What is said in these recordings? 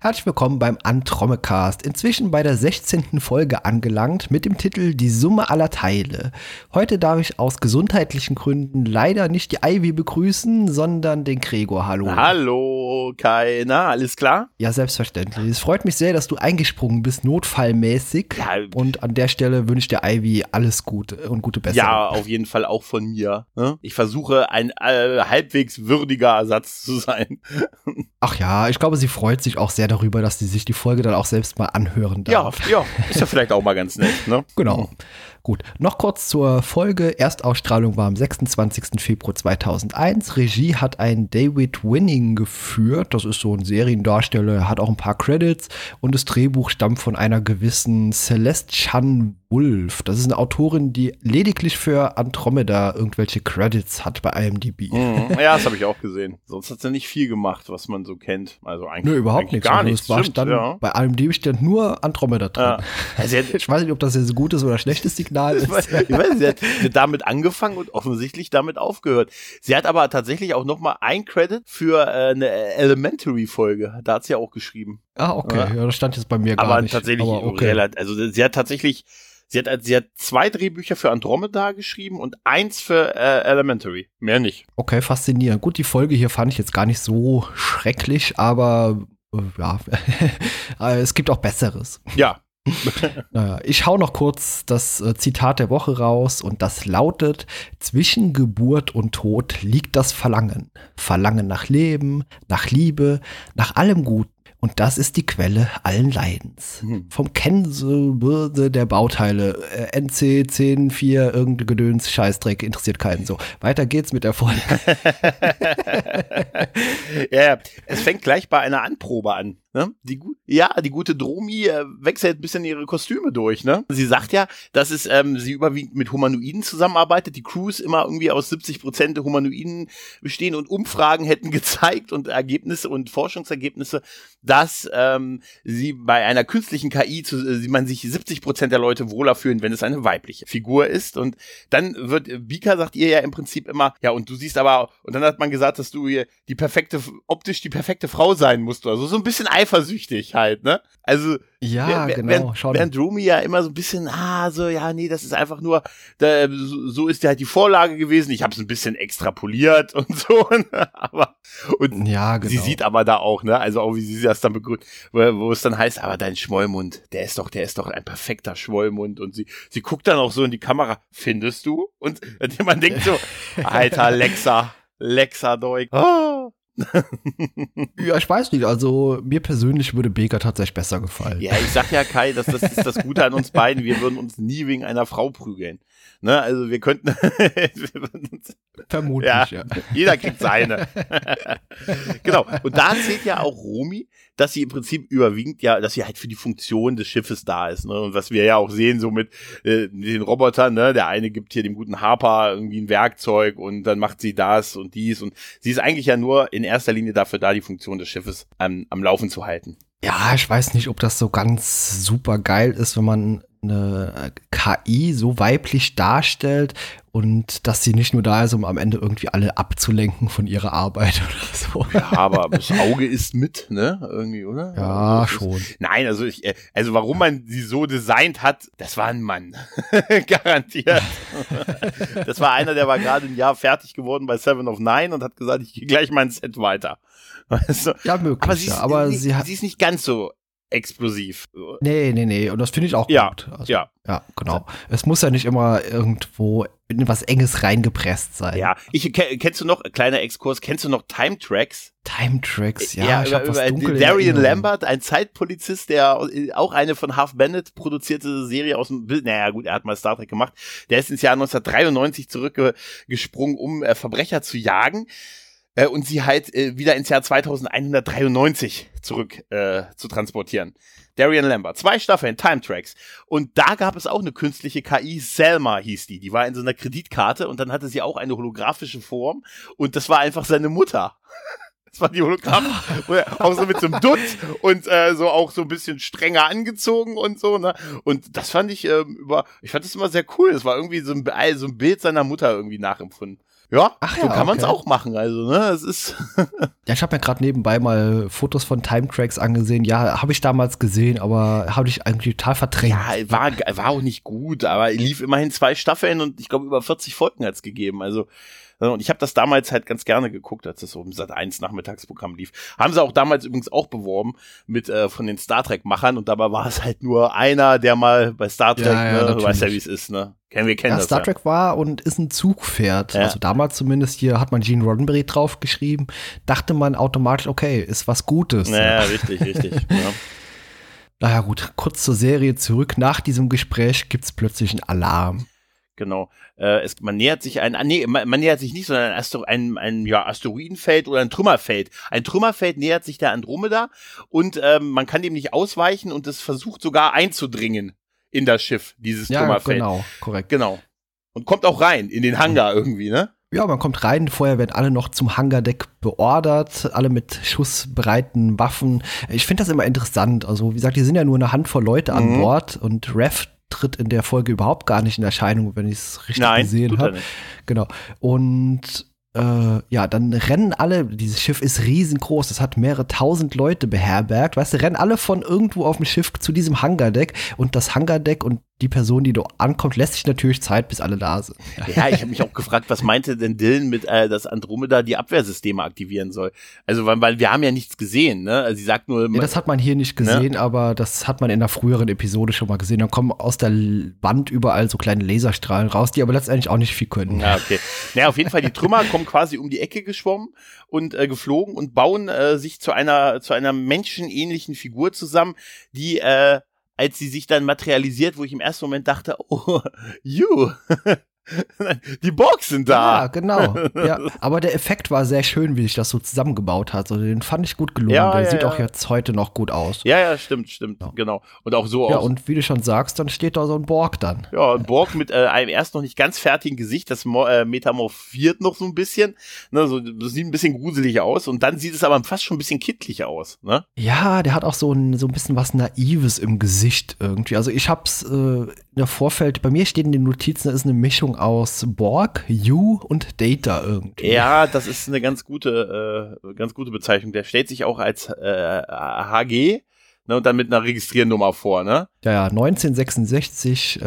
Herzlich willkommen beim Andromecast, inzwischen bei der 16. Folge angelangt mit dem Titel Die Summe aller Teile. Heute darf ich aus gesundheitlichen Gründen leider nicht die Ivy begrüßen, sondern den Gregor. Hallo. Hallo, Kai. Na, alles klar? Ja, selbstverständlich. Es freut mich sehr, dass du eingesprungen bist, notfallmäßig. Ja. Und an der Stelle wünsche ich der Ivy alles Gute und gute Besserung. Ja, auf jeden Fall auch von mir. Ich versuche, ein halbwegs würdiger Ersatz zu sein. Ach ja, ich glaube, sie freut sich auch sehr darüber, dass sie sich die Folge dann auch selbst mal anhören darf. Ja, ist ja vielleicht auch mal ganz nett, ne? Genau. Gut, noch kurz zur Folge. Erstausstrahlung war am 26. Februar 2001. Regie hat ein David Winning geführt. Das ist so ein Seriendarsteller, er hat auch ein paar Credits. Und das Drehbuch stammt von einer gewissen Celeste Chan Wolf. Das ist eine Autorin, die lediglich für Andromeda irgendwelche Credits hat bei IMDb. Ja, das habe ich auch gesehen. Sonst hat sie nicht viel gemacht, was man so kennt. Also eigentlich, überhaupt nichts. Gar nichts. Also bei IMDb stand nur Andromeda drin. Ja. Also ich weiß nicht, ob das jetzt ein gutes oder schlechtes Signal ist. Ich weiß, sie hat damit angefangen und offensichtlich damit aufgehört. Sie hat aber tatsächlich auch noch mal ein Credit für eine Elementary-Folge. Da hat sie ja auch geschrieben. Ah, okay. Ja, das stand jetzt bei mir gar nicht. Tatsächlich also sie hat tatsächlich Sie hat 2 Drehbücher für Andromeda geschrieben und 1 für Elementary. Mehr nicht. Okay, faszinierend. Gut, die Folge hier fand ich jetzt gar nicht so schrecklich, aber ja, es gibt auch Besseres. Ja. Naja, ich hau noch kurz das Zitat der Woche raus und das lautet: Zwischen Geburt und Tod liegt das Verlangen. Verlangen nach Leben, nach Liebe, nach allem Guten. Und das ist die Quelle allen Leidens. Vom Kennwürde der Bauteile, NC 10.4, irgendein Gedöns, Scheißdreck, interessiert keinen so. Weiter geht's mit der Folge. Ja, es fängt gleich bei einer Anprobe an. Ne? Die gute Dromi wechselt ein bisschen ihre Kostüme durch. Ne? Sie sagt ja, dass sie überwiegend mit Humanoiden zusammenarbeitet. Die Crews immer irgendwie aus 70% Humanoiden bestehen und Umfragen hätten gezeigt und Ergebnisse und Forschungsergebnisse, dass sie bei einer künstlichen KI man sich 70% der Leute wohler fühlen, wenn es eine weibliche Figur ist. Und dann wird Bika sagt ihr ja im Prinzip immer, ja, und du siehst aber, und dann hat man gesagt, dass du hier optisch die perfekte Frau sein musst. Also so ein bisschen eifersüchtig halt, ne? Also ja, genau. Während Dromi ja immer so ein bisschen, das ist einfach nur, so ist ja halt die Vorlage gewesen. Ich habe es ein bisschen extrapoliert und so, ne? Ja, genau. Sie sieht aber da auch, ne? Also auch wie sie das dann begründet, wo es dann heißt, aber dein Schmollmund, der ist doch ein perfekter Schmollmund. Und sie guckt dann auch so in die Kamera, findest du? Und man denkt so, alter Lexa Deuk. Oh. Ja, ich weiß nicht, also mir persönlich würde Beka tatsächlich besser gefallen. Ja, ich sag ja, Kai, das ist das Gute an uns beiden, wir würden uns nie wegen einer Frau prügeln. Ne, also wir könnten vermutlich, ja. Jeder kriegt seine. Genau, und da erzählt ja auch Romy, dass sie im Prinzip überwiegend dass sie halt für die Funktion des Schiffes da ist, ne? Und was wir ja auch sehen, so mit den Robotern, ne? Der eine gibt hier dem guten Harper irgendwie ein Werkzeug und dann macht sie das und dies und sie ist eigentlich ja nur in erster Linie dafür da, die Funktion des Schiffes am Laufen zu halten. Ja, ich weiß nicht, ob das so ganz super geil ist, wenn man eine KI so weiblich darstellt und dass sie nicht nur da ist, um am Ende irgendwie alle abzulenken von ihrer Arbeit oder so. Ja, aber das Auge ist mit, ne? Irgendwie, oder? Ja, also schon. Nein, also warum man sie so designt hat, das war ein Mann. Garantiert. Das war einer, der war gerade ein Jahr fertig geworden bei Seven of Nine und hat gesagt, ich gehe gleich mein Set weiter. Weißt du? Ja, möglich. Aber sie ist nicht ganz so explosiv. Nee. Und das finde ich auch gut. Also, ja, genau. Es muss ja nicht immer irgendwo in was Enges reingepresst sein. Ja, kennst du noch, kleiner Exkurs, kennst du noch Time Tracks? Time Tracks, ja. Ich hab was dunkel Darian Lambert, ein Zeitpolizist, der auch eine von Half Bennett produzierte Serie aus dem Bild, naja gut, er hat mal Star Trek gemacht, der ist ins Jahr 1993 zurückgesprungen, um Verbrecher zu jagen. Und sie halt wieder ins Jahr 2193 zurück zu transportieren. Darian Lambert, 2 Staffeln, Time Tracks. Und da gab es auch eine künstliche KI, Selma hieß die. Die war in so einer Kreditkarte und dann hatte sie auch eine holographische Form und das war einfach seine Mutter. Das war die Hologramm, auch so mit so einem Dutt und so auch so ein bisschen strenger angezogen und so, ne? Und das fand ich ich fand das immer sehr cool. Das war irgendwie so ein Bild seiner Mutter irgendwie nachempfunden. Ja, Ach so ja, kann man es okay. auch machen. Also, ne, es ist. Ja, ich habe mir gerade nebenbei mal Fotos von Time Tracks angesehen. Ja, habe ich damals gesehen, aber habe ich eigentlich total verdrängt. Ja, war auch nicht gut, aber lief immerhin 2 Staffeln und ich glaube über 40 Folgen hat's gegeben. Also, und ich habe das damals halt ganz gerne geguckt, als das so im Sat.1 Nachmittagsprogramm lief. Haben sie auch damals übrigens auch beworben mit von den Star Trek-Machern und dabei war es halt nur einer, der mal bei Star Trek, Ja, du weißt ja, wie es ist, ne? Wir kennen Ja, das Star ja. Trek war und ist ein Zugpferd. Ja. Also damals zumindest, hier hat man Gene Roddenberry draufgeschrieben, dachte man automatisch, okay, ist was Gutes. Ja, richtig. Ja. Naja gut, kurz zur Serie zurück. Nach diesem Gespräch gibt's plötzlich einen Alarm. Genau. Man nähert sich man nähert sich nicht, sondern ein Asteroidenfeld oder ein Trümmerfeld. Ein Trümmerfeld nähert sich der Andromeda und man kann dem nicht ausweichen und es versucht sogar einzudringen in das Schiff, dieses Trümmerfeld. Genau, korrekt. Genau. Und kommt auch rein in den Hangar irgendwie, ne? Ja, man kommt rein, vorher werden alle noch zum Hangardeck beordert, alle mit schussbereiten Waffen. Ich finde das immer interessant. Also, wie gesagt, die sind ja nur eine Handvoll Leute an Bord und Rev tritt in der Folge überhaupt gar nicht in Erscheinung, wenn ich es richtig gesehen habe. Genau. Und dann rennen alle, dieses Schiff ist riesengroß, es hat mehrere tausend Leute beherbergt, weißt du, rennen alle von irgendwo auf dem Schiff zu diesem Hangardeck und das Hangardeck und die Person, die dort ankommt, lässt sich natürlich Zeit, bis alle da sind. Ja, ich habe mich auch gefragt, was meinte denn Dylan mit, dass Andromeda die Abwehrsysteme aktivieren soll? Also, weil wir haben ja nichts gesehen, ne? Also, sie sagt nur. Ja, das hat man hier nicht gesehen, aber das hat man in einer früheren Episode schon mal gesehen. Dann kommen aus der Wand überall so kleine Laserstrahlen raus, die aber letztendlich auch nicht viel können. Ja, okay. Naja, auf jeden Fall, die Trümmer kommen quasi um die Ecke geschwommen und geflogen und bauen sich zu einer menschenähnlichen Figur zusammen, die als sie sich dann materialisiert, wo ich im ersten Moment dachte, oh, die Borgs sind da. Ja, genau. Ja, aber der Effekt war sehr schön, wie sich das so zusammengebaut hat. Also, den fand ich gut gelungen. Der sieht auch jetzt heute noch gut aus. Ja, stimmt, genau. Und auch so Ja, und wie du schon sagst, dann steht da so ein Borg dann. Ja, ein Borg mit einem erst noch nicht ganz fertigen Gesicht, das metamorphiert noch so ein bisschen. Ne, das sieht ein bisschen gruselig aus und dann sieht es aber fast schon ein bisschen kindlich aus. Ne? Ja, der hat auch so ein bisschen was Naives im Gesicht irgendwie. Also ich hab's in der Vorfeld, bei mir steht in den Notizen, da ist eine Mischung aus Borg, You und Data irgendwie. Ja, das ist eine ganz gute Bezeichnung. Der stellt sich auch als HG, ne, und dann mit einer Registriernummer vor, ne? Ja, 1966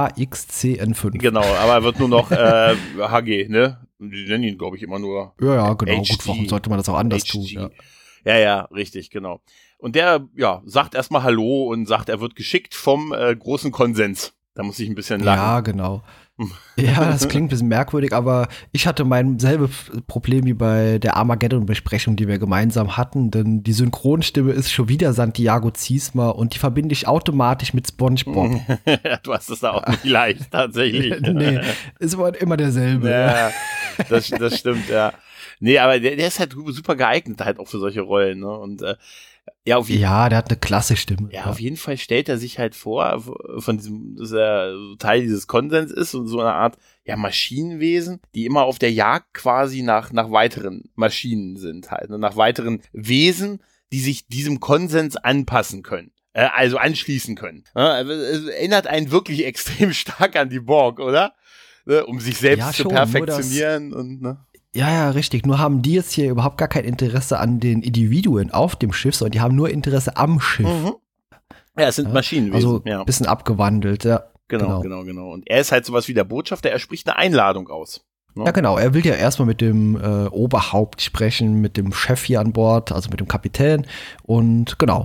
HXCN5. Genau, aber er wird nur noch HG, ne? Die nennen ihn, glaube ich, immer nur. Ja, genau. HG. Gut, warum sollte man das auch anders tun? Ja, richtig, genau. Und der, sagt erstmal Hallo und sagt, er wird geschickt vom großen Konsens. Da muss ich ein bisschen lachen. Ja, genau. Ja, das klingt ein bisschen merkwürdig, aber ich hatte mein selbes Problem wie bei der Armageddon-Besprechung, die wir gemeinsam hatten, denn die Synchronstimme ist schon wieder Santiago Ziesma und die verbinde ich automatisch mit SpongeBob. Du hast es da auch nicht leicht, tatsächlich. Nee, ist aber immer derselbe. Ja, das stimmt, ja. Nee, aber der ist halt super geeignet halt auch für solche Rollen, ne? Und der hat eine klasse Stimme. Ja, auf jeden Fall stellt er sich halt vor, von diesem, dass er Teil dieses Konsens ist und so eine Art, Maschinenwesen, die immer auf der Jagd quasi nach weiteren Maschinen sind halt, nach weiteren Wesen, die sich diesem Konsens anpassen können. Also anschließen können. Es erinnert einen wirklich extrem stark an die Borg, oder? Um sich selbst zu perfektionieren und, ne? Ja, richtig. Nur haben die jetzt hier überhaupt gar kein Interesse an den Individuen auf dem Schiff, sondern die haben nur Interesse am Schiff. Mhm. Ja, es sind Maschinenwesen. Also ein bisschen abgewandelt, ja. Genau. Und er ist halt sowas wie der Botschafter, er spricht eine Einladung aus. Ne? Ja, genau. Er will ja erstmal mit dem Oberhaupt sprechen, mit dem Chef hier an Bord, also mit dem Kapitän. Und genau.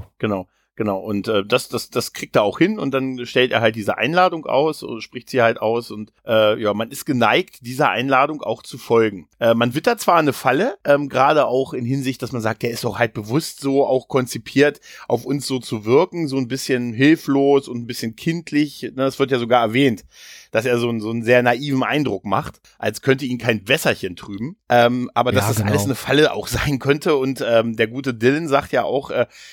Und das kriegt er auch hin und dann stellt er halt diese Einladung aus und spricht sie halt aus und man ist geneigt, dieser Einladung auch zu folgen. Man wittert zwar eine Falle, gerade auch in Hinsicht, dass man sagt, der ist doch halt bewusst so auch konzipiert, auf uns so zu wirken, so ein bisschen hilflos und ein bisschen kindlich. Ne, das wird ja sogar erwähnt, dass er so einen sehr naiven Eindruck macht, als könnte ihn kein Wässerchen trüben. Aber dass das alles eine Falle auch sein könnte und der gute Dylan sagt ja auch,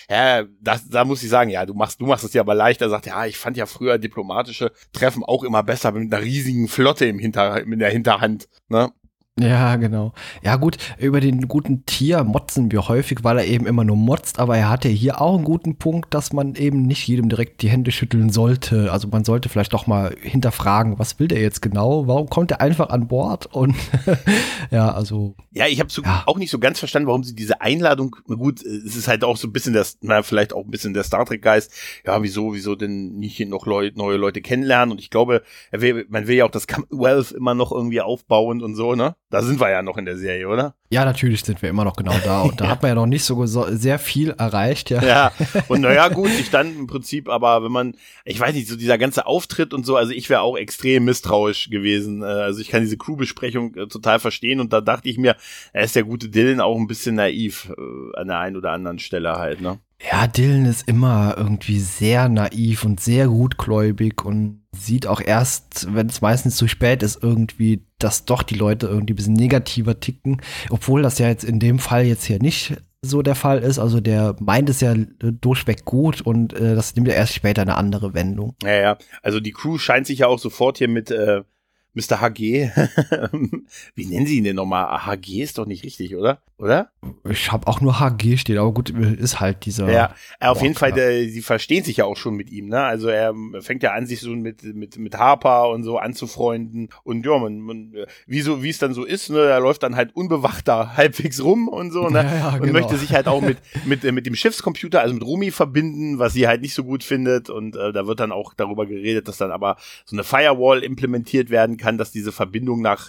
da muss ich sagen, ja, du machst es dir aber leicht. Er sagt, ja, ich fand ja früher diplomatische Treffen auch immer besser mit einer riesigen Flotte in der Hinterhand, ne? Ja, genau. Ja gut, über den guten Tier motzen wir häufig, weil er eben immer nur motzt, aber er hatte hier auch einen guten Punkt, dass man eben nicht jedem direkt die Hände schütteln sollte. Also man sollte vielleicht doch mal hinterfragen, was will der jetzt genau? Warum kommt er einfach an Bord? Und ja, also. Ja, ich habe auch nicht so ganz verstanden, warum sie diese Einladung, gut, es ist halt auch so ein bisschen vielleicht auch ein bisschen der Star Trek-Geist, ja, wieso denn nicht noch neue Leute kennenlernen? Und ich glaube, man will ja auch das Commonwealth immer noch irgendwie aufbauen und so, ne? Da sind wir ja noch in der Serie, oder? Ja, natürlich sind wir immer noch genau da. Und da hat man ja noch nicht so sehr viel erreicht, ja. Ja, und naja, gut, ich dann im Prinzip, aber wenn man, ich weiß nicht, so dieser ganze Auftritt und so, also ich wäre auch extrem misstrauisch gewesen. Also ich kann diese Crew-Besprechung total verstehen und da dachte ich mir, er ist der gute Dylan auch ein bisschen naiv an der einen oder anderen Stelle halt, ne? Ja, Dylan ist immer irgendwie sehr naiv und sehr gutgläubig und sieht auch erst, wenn es meistens zu spät ist, irgendwie, dass doch die Leute irgendwie ein bisschen negativer ticken. Obwohl das ja jetzt in dem Fall jetzt hier nicht so der Fall ist. Also der meint es ja durchweg gut und das nimmt ja erst später eine andere Wendung. Ja. Also die Crew scheint sich ja auch sofort hier mit Mr. HG. Wie nennen sie ihn denn nochmal? HG ist doch nicht richtig, oder? Ich habe auch nur HG stehen, aber gut, ist halt dieser. Ja, auf jeden Fall, sie verstehen sich ja auch schon mit ihm, ne? Also er fängt ja an, sich so mit Harper und so anzufreunden. Und ja, wie es dann so ist, ne? Er läuft dann halt unbewacht da halbwegs rum und so, ne? Ja, und genau. möchte sich halt auch mit dem Schiffscomputer, also mit Rumi verbinden, was sie halt nicht so gut findet. Und da wird dann auch darüber geredet, dass dann aber so eine Firewall implementiert werden kann, dass diese Verbindung nach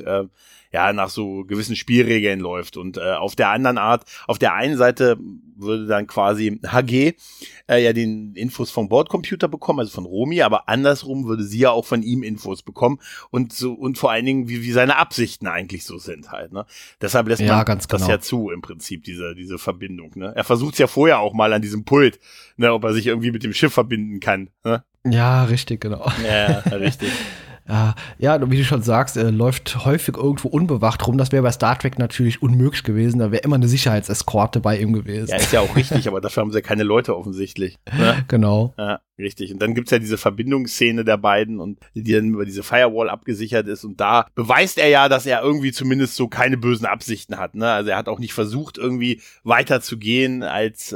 so gewissen Spielregeln läuft. Und auf der einen Seite würde dann quasi HG den Infos vom Bordcomputer bekommen, also von Romy, aber andersrum würde sie ja auch von ihm Infos bekommen und vor allen Dingen, wie seine Absichten eigentlich so sind halt, ne? Deshalb lässt man das ja zu, im Prinzip, diese Verbindung, ne? Er versucht es ja vorher auch mal an diesem Pult, ne, ob er sich irgendwie mit dem Schiff verbinden kann, ne? Ja, richtig, genau. Ja, richtig. Ja, wie du schon sagst, er läuft häufig irgendwo unbewacht rum. Das wäre bei Star Trek natürlich unmöglich gewesen. Da wäre immer eine Sicherheitseskorte bei ihm gewesen. Ja, ist ja auch richtig, aber dafür haben sie ja keine Leute offensichtlich. Ne? Genau. Ja, richtig. Und dann gibt's ja diese Verbindungsszene der beiden und die dann über diese Firewall abgesichert ist. Und da beweist er ja, dass er irgendwie zumindest so keine bösen Absichten hat. Ne? Also er hat auch nicht versucht, irgendwie weiter zu gehen, als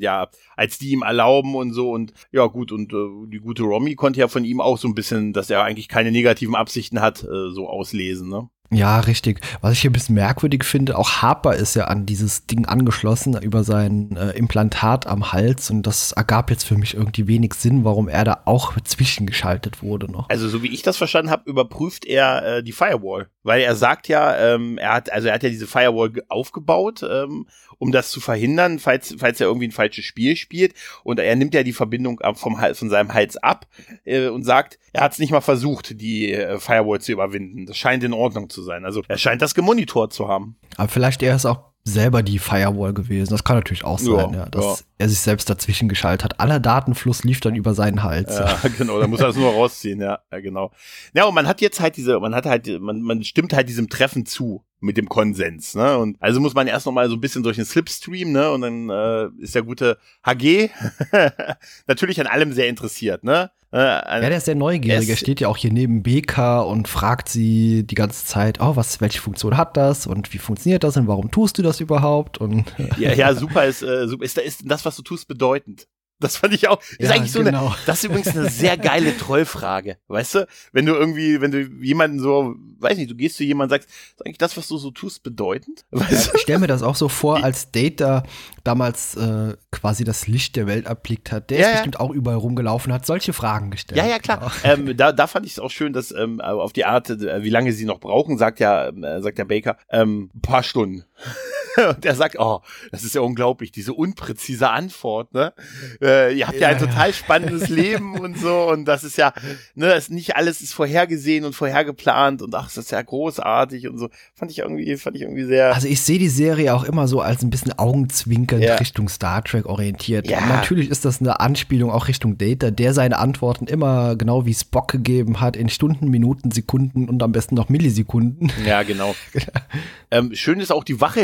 die ihm erlauben und so. Und ja, gut, und die gute Romy konnte ja von ihm auch so ein bisschen, dass er eigentlich keine negativen Absichten hat, so auslesen, ne? Ja, richtig. Was ich hier ein bisschen merkwürdig finde, auch Harper ist ja an dieses Ding angeschlossen über sein Implantat am Hals und das ergab jetzt für mich irgendwie wenig Sinn, warum er da auch zwischengeschaltet wurde noch. Also so wie ich das verstanden habe, überprüft er die Firewall, weil er sagt ja, er hat ja diese Firewall aufgebaut, um das zu verhindern, falls er irgendwie ein falsches Spiel spielt und er nimmt ja die Verbindung von seinem Hals ab und sagt, er hat es nicht mal versucht, die Firewall zu überwinden. Das scheint in Ordnung zu sein. Also er scheint das gemonitort zu haben. Aber vielleicht er ist auch selber die Firewall gewesen. Das kann natürlich auch sein, dass er sich selbst dazwischen geschaltet hat. Aller Datenfluss lief dann über seinen Hals. Ja, genau, da muss er das nur rausziehen, ja, genau. Ja, und man hat jetzt halt man stimmt halt diesem Treffen zu mit dem Konsens, ne? Und also muss man erst noch mal so ein bisschen durch den Slipstream, ne? Und dann ist der gute HG natürlich an allem sehr interessiert, ne? Ja, der ist sehr neugierig. Er steht ja auch hier neben BK und fragt sie die ganze Zeit, welche Funktion hat das und wie funktioniert das und warum tust du das überhaupt? Und ja, super ist das, was du tust, bedeutend. Das fand ich auch. Ist eigentlich so genau. Das ist übrigens eine sehr geile Trollfrage. Weißt du? Wenn du jemanden so, weiß nicht, du gehst zu jemandem und sagst, ist eigentlich das, was du so tust, bedeutend? Weißt du? Ich stelle mir das auch so vor, als Data damals quasi das Licht der Welt erblickt hat. Der ist bestimmt auch überall rumgelaufen, hat solche Fragen gestellt. Ja, klar. Genau. Da fand ich es auch schön, dass auf die Art, wie lange sie noch brauchen, sagt der Baker, ein paar Stunden. Und er sagt, das ist ja unglaublich, diese unpräzise Antwort, ne? Ihr habt ja ein total spannendes Leben und so und das ist ja, ne, nicht alles ist vorhergesehen und vorhergeplant und das ist ja großartig und so. Fand ich irgendwie sehr. Also ich sehe die Serie auch immer so als ein bisschen augenzwinkernd Richtung Star Trek orientiert. Ja. Natürlich ist das eine Anspielung auch Richtung Data, der seine Antworten immer genau wie Spock gegeben hat, in Stunden, Minuten, Sekunden und am besten noch Millisekunden. Ja, genau. Schön ist auch die Wache im Hintergrund.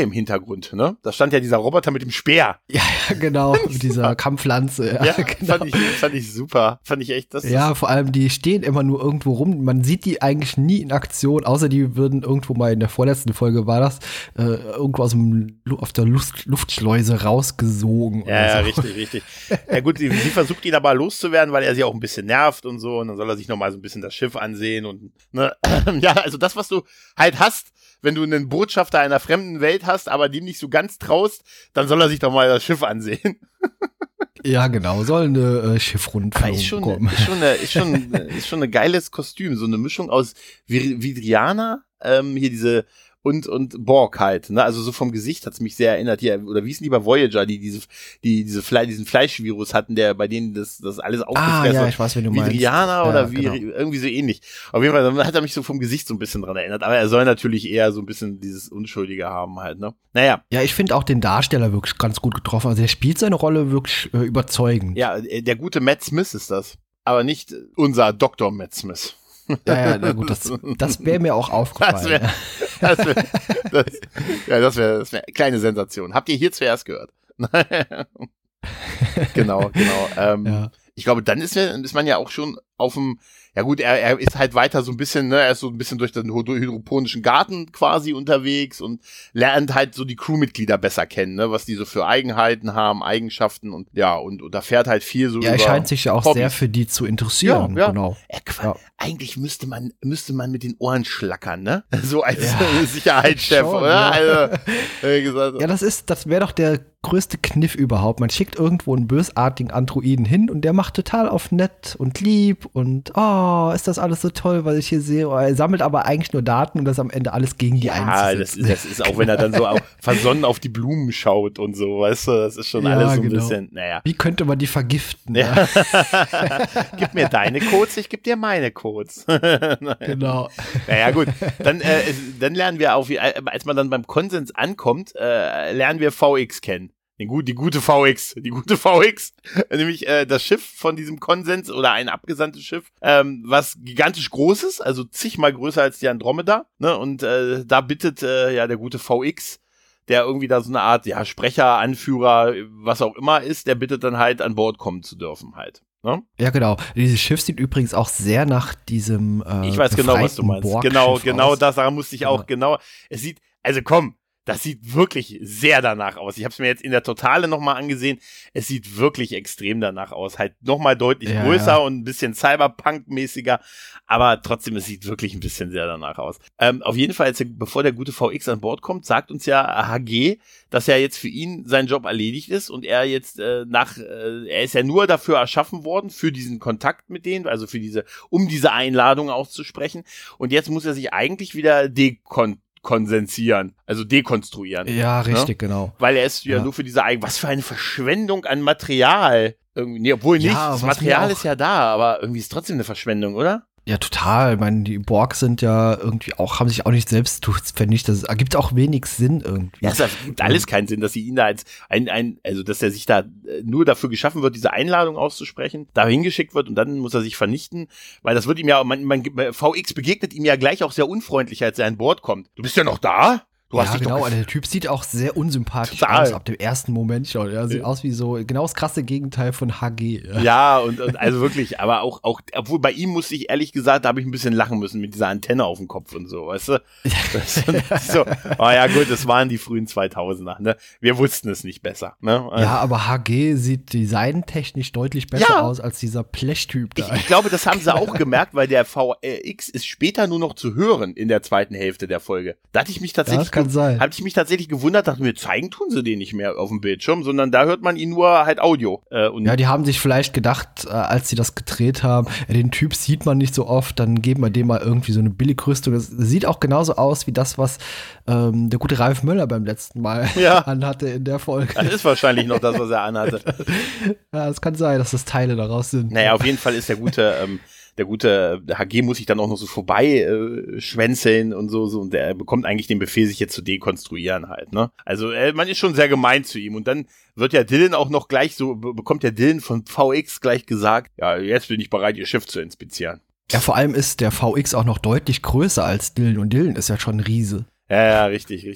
Hintergrund, ne? Da stand ja dieser Roboter mit dem Speer. Ja, genau, mit dieser Kampflanze. Ja, genau. fand ich super. Fand ich echt, das Ja, vor allem, die stehen immer nur irgendwo rum. Man sieht die eigentlich nie in Aktion, außer die würden irgendwo mal in der vorletzten Folge war das, irgendwo auf der Luftschleuse rausgesogen. Ja, oder so. richtig. Ja gut, sie versucht ihn aber loszuwerden, weil er sie auch ein bisschen nervt und so. Und dann soll er sich nochmal so ein bisschen das Schiff ansehen. Und ne, ja, also das, was du halt hast, wenn du einen Botschafter einer fremden Welt hast, aber dem nicht so ganz traust, dann soll er sich doch mal das Schiff ansehen. Ja, genau, soll eine Schiffrundflug kommen. Ist schon ein geiles Kostüm, so eine Mischung aus Vidriana, hier diese und Borg halt, ne? Also so vom Gesicht hat's mich sehr erinnert hier, oder wie hießen die bei Voyager, die diesen Fleischvirus hatten, der bei denen das alles aufgefressen. Ja, ich weiß, wen du meinst. Vidriana oder genau. irgendwie so ähnlich. Auf jeden Fall dann hat er mich so vom Gesicht so ein bisschen dran erinnert, aber er soll natürlich eher so ein bisschen dieses Unschuldige haben halt, ne? Naja. Ja, ich finde auch den Darsteller wirklich ganz gut getroffen. Also der spielt seine Rolle wirklich überzeugend. Ja, der gute Matt Smith ist das, aber nicht unser Dr. Matt Smith. Ja, na gut, das wäre mir auch aufgefallen. Das wäre eine kleine Sensation. Habt ihr hier zuerst gehört? Genau. Ja. Ich glaube, dann ist man ja auch schon auf dem, ja gut, er ist halt weiter so ein bisschen, ne, er ist so ein bisschen durch den hydroponischen Garten quasi unterwegs und lernt halt so die Crewmitglieder besser kennen, ne, was die so für Eigenheiten haben, Eigenschaften und ja, und da fährt halt viel so über er scheint sich ja auch Hobbys. sehr für die zu interessieren, ja. genau. Ja. Eigentlich müsste man mit den Ohren schlackern, ne? So als Sicherheitschef, Schon, oder? ja. Also, Ja, das wäre doch der größte Kniff überhaupt. Man schickt irgendwo einen bösartigen Androiden hin und der macht total auf nett und lieb und ist das alles so toll, was ich hier sehe. Er sammelt aber eigentlich nur Daten und das am Ende alles gegen die einzusetzen. Ja, das ist auch, wenn er dann so versonnen auf die Blumen schaut und so, weißt du, das ist schon alles so ein bisschen, naja. Wie könnte man die vergiften? Ja. Gib mir deine Codes, ich geb dir meine Codes. Genau. Naja, gut. Dann lernen wir auch, als man dann beim Konsens ankommt, lernen wir VX kennen. Die gute VX, nämlich das Schiff von diesem Konsens oder ein abgesandtes Schiff, was gigantisch groß ist, also zigmal größer als die Andromeda, ne? Und da bittet der gute VX, der irgendwie da so eine Art Sprecher, Anführer, was auch immer ist, der bittet dann halt an Bord kommen zu dürfen halt. Ne? Ja, genau. Dieses Schiff sieht übrigens auch sehr nach diesem ich weiß genau, was du meinst. Genau, daran musste ich auch es sieht, also komm, das sieht wirklich sehr danach aus. Ich habe es mir jetzt in der Totale nochmal angesehen. Es sieht wirklich extrem danach aus. Halt nochmal deutlich größer und ein bisschen Cyberpunk-mäßiger. Aber trotzdem, es sieht wirklich ein bisschen sehr danach aus. Auf jeden Fall, bevor der gute VX an Bord kommt, sagt uns ja HG, dass ja jetzt für ihn sein Job erledigt ist und er jetzt er ist ja nur dafür erschaffen worden, für diesen Kontakt mit denen, also um diese Einladung auszusprechen. Und jetzt muss er sich eigentlich wieder konsensieren, also dekonstruieren. Ja, richtig, genau. Weil er ist ja nur für diese was für eine Verschwendung an Material. Irgendwie, nee, obwohl nicht, das Material ist ja da, aber irgendwie ist es trotzdem eine Verschwendung, oder? Ja, total. Ich meine, die Borg sind ja irgendwie auch, haben sich auch nicht selbst vernichtet. Das ergibt auch wenig Sinn irgendwie. Ja, es ergibt alles keinen Sinn, dass sie ihn da als also dass er sich da nur dafür geschaffen wird, diese Einladung auszusprechen, da hingeschickt wird und dann muss er sich vernichten, weil das wird ihm ja, VX begegnet ihm ja gleich auch sehr unfreundlich, als er an Bord kommt. Du bist ja noch da? Ja, genau, der Typ sieht auch sehr unsympathisch aus, ab dem ersten Moment schon. Ja, sieht aus wie so genau das krasse Gegenteil von HG. Ja, und also wirklich, aber auch, obwohl bei ihm musste ich ehrlich gesagt, da habe ich ein bisschen lachen müssen mit dieser Antenne auf dem Kopf und so, weißt du? So, ja gut, das waren die frühen 2000er, ne? Wir wussten es nicht besser, ne? Ja, aber HG sieht designtechnisch deutlich besser aus als dieser Blechtyp da. Ich glaube, das haben sie auch gemerkt, weil der VX ist später nur noch zu hören in der zweiten Hälfte der Folge. Da hatte ich mich tatsächlich habe ich mich tatsächlich gewundert, dachte mir, zeigen tun sie den nicht mehr auf dem Bildschirm, sondern da hört man ihn nur halt Audio. Ja, die haben sich vielleicht gedacht, als sie das gedreht haben, den Typ sieht man nicht so oft, dann geben wir dem mal irgendwie so eine Billigrüstung. Das sieht auch genauso aus wie das, was der gute Ralf Möller beim letzten Mal anhatte in der Folge. Das ist wahrscheinlich noch das, was er anhatte. Ja, es kann sein, dass das Teile daraus sind. Naja, auf jeden Fall ist der gute HG muss sich dann auch noch so vorbei schwänzeln und so und der bekommt eigentlich den Befehl, sich jetzt zu dekonstruieren halt, ne? Also man ist schon sehr gemein zu ihm und dann wird ja Dylan auch noch gleich bekommt ja Dylan von VX gleich gesagt, ja, jetzt bin ich bereit, ihr Schiff zu inspizieren. Ja, vor allem ist der VX auch noch deutlich größer als Dylan und Dylan ist ja schon ein Riese. Ja, richtig.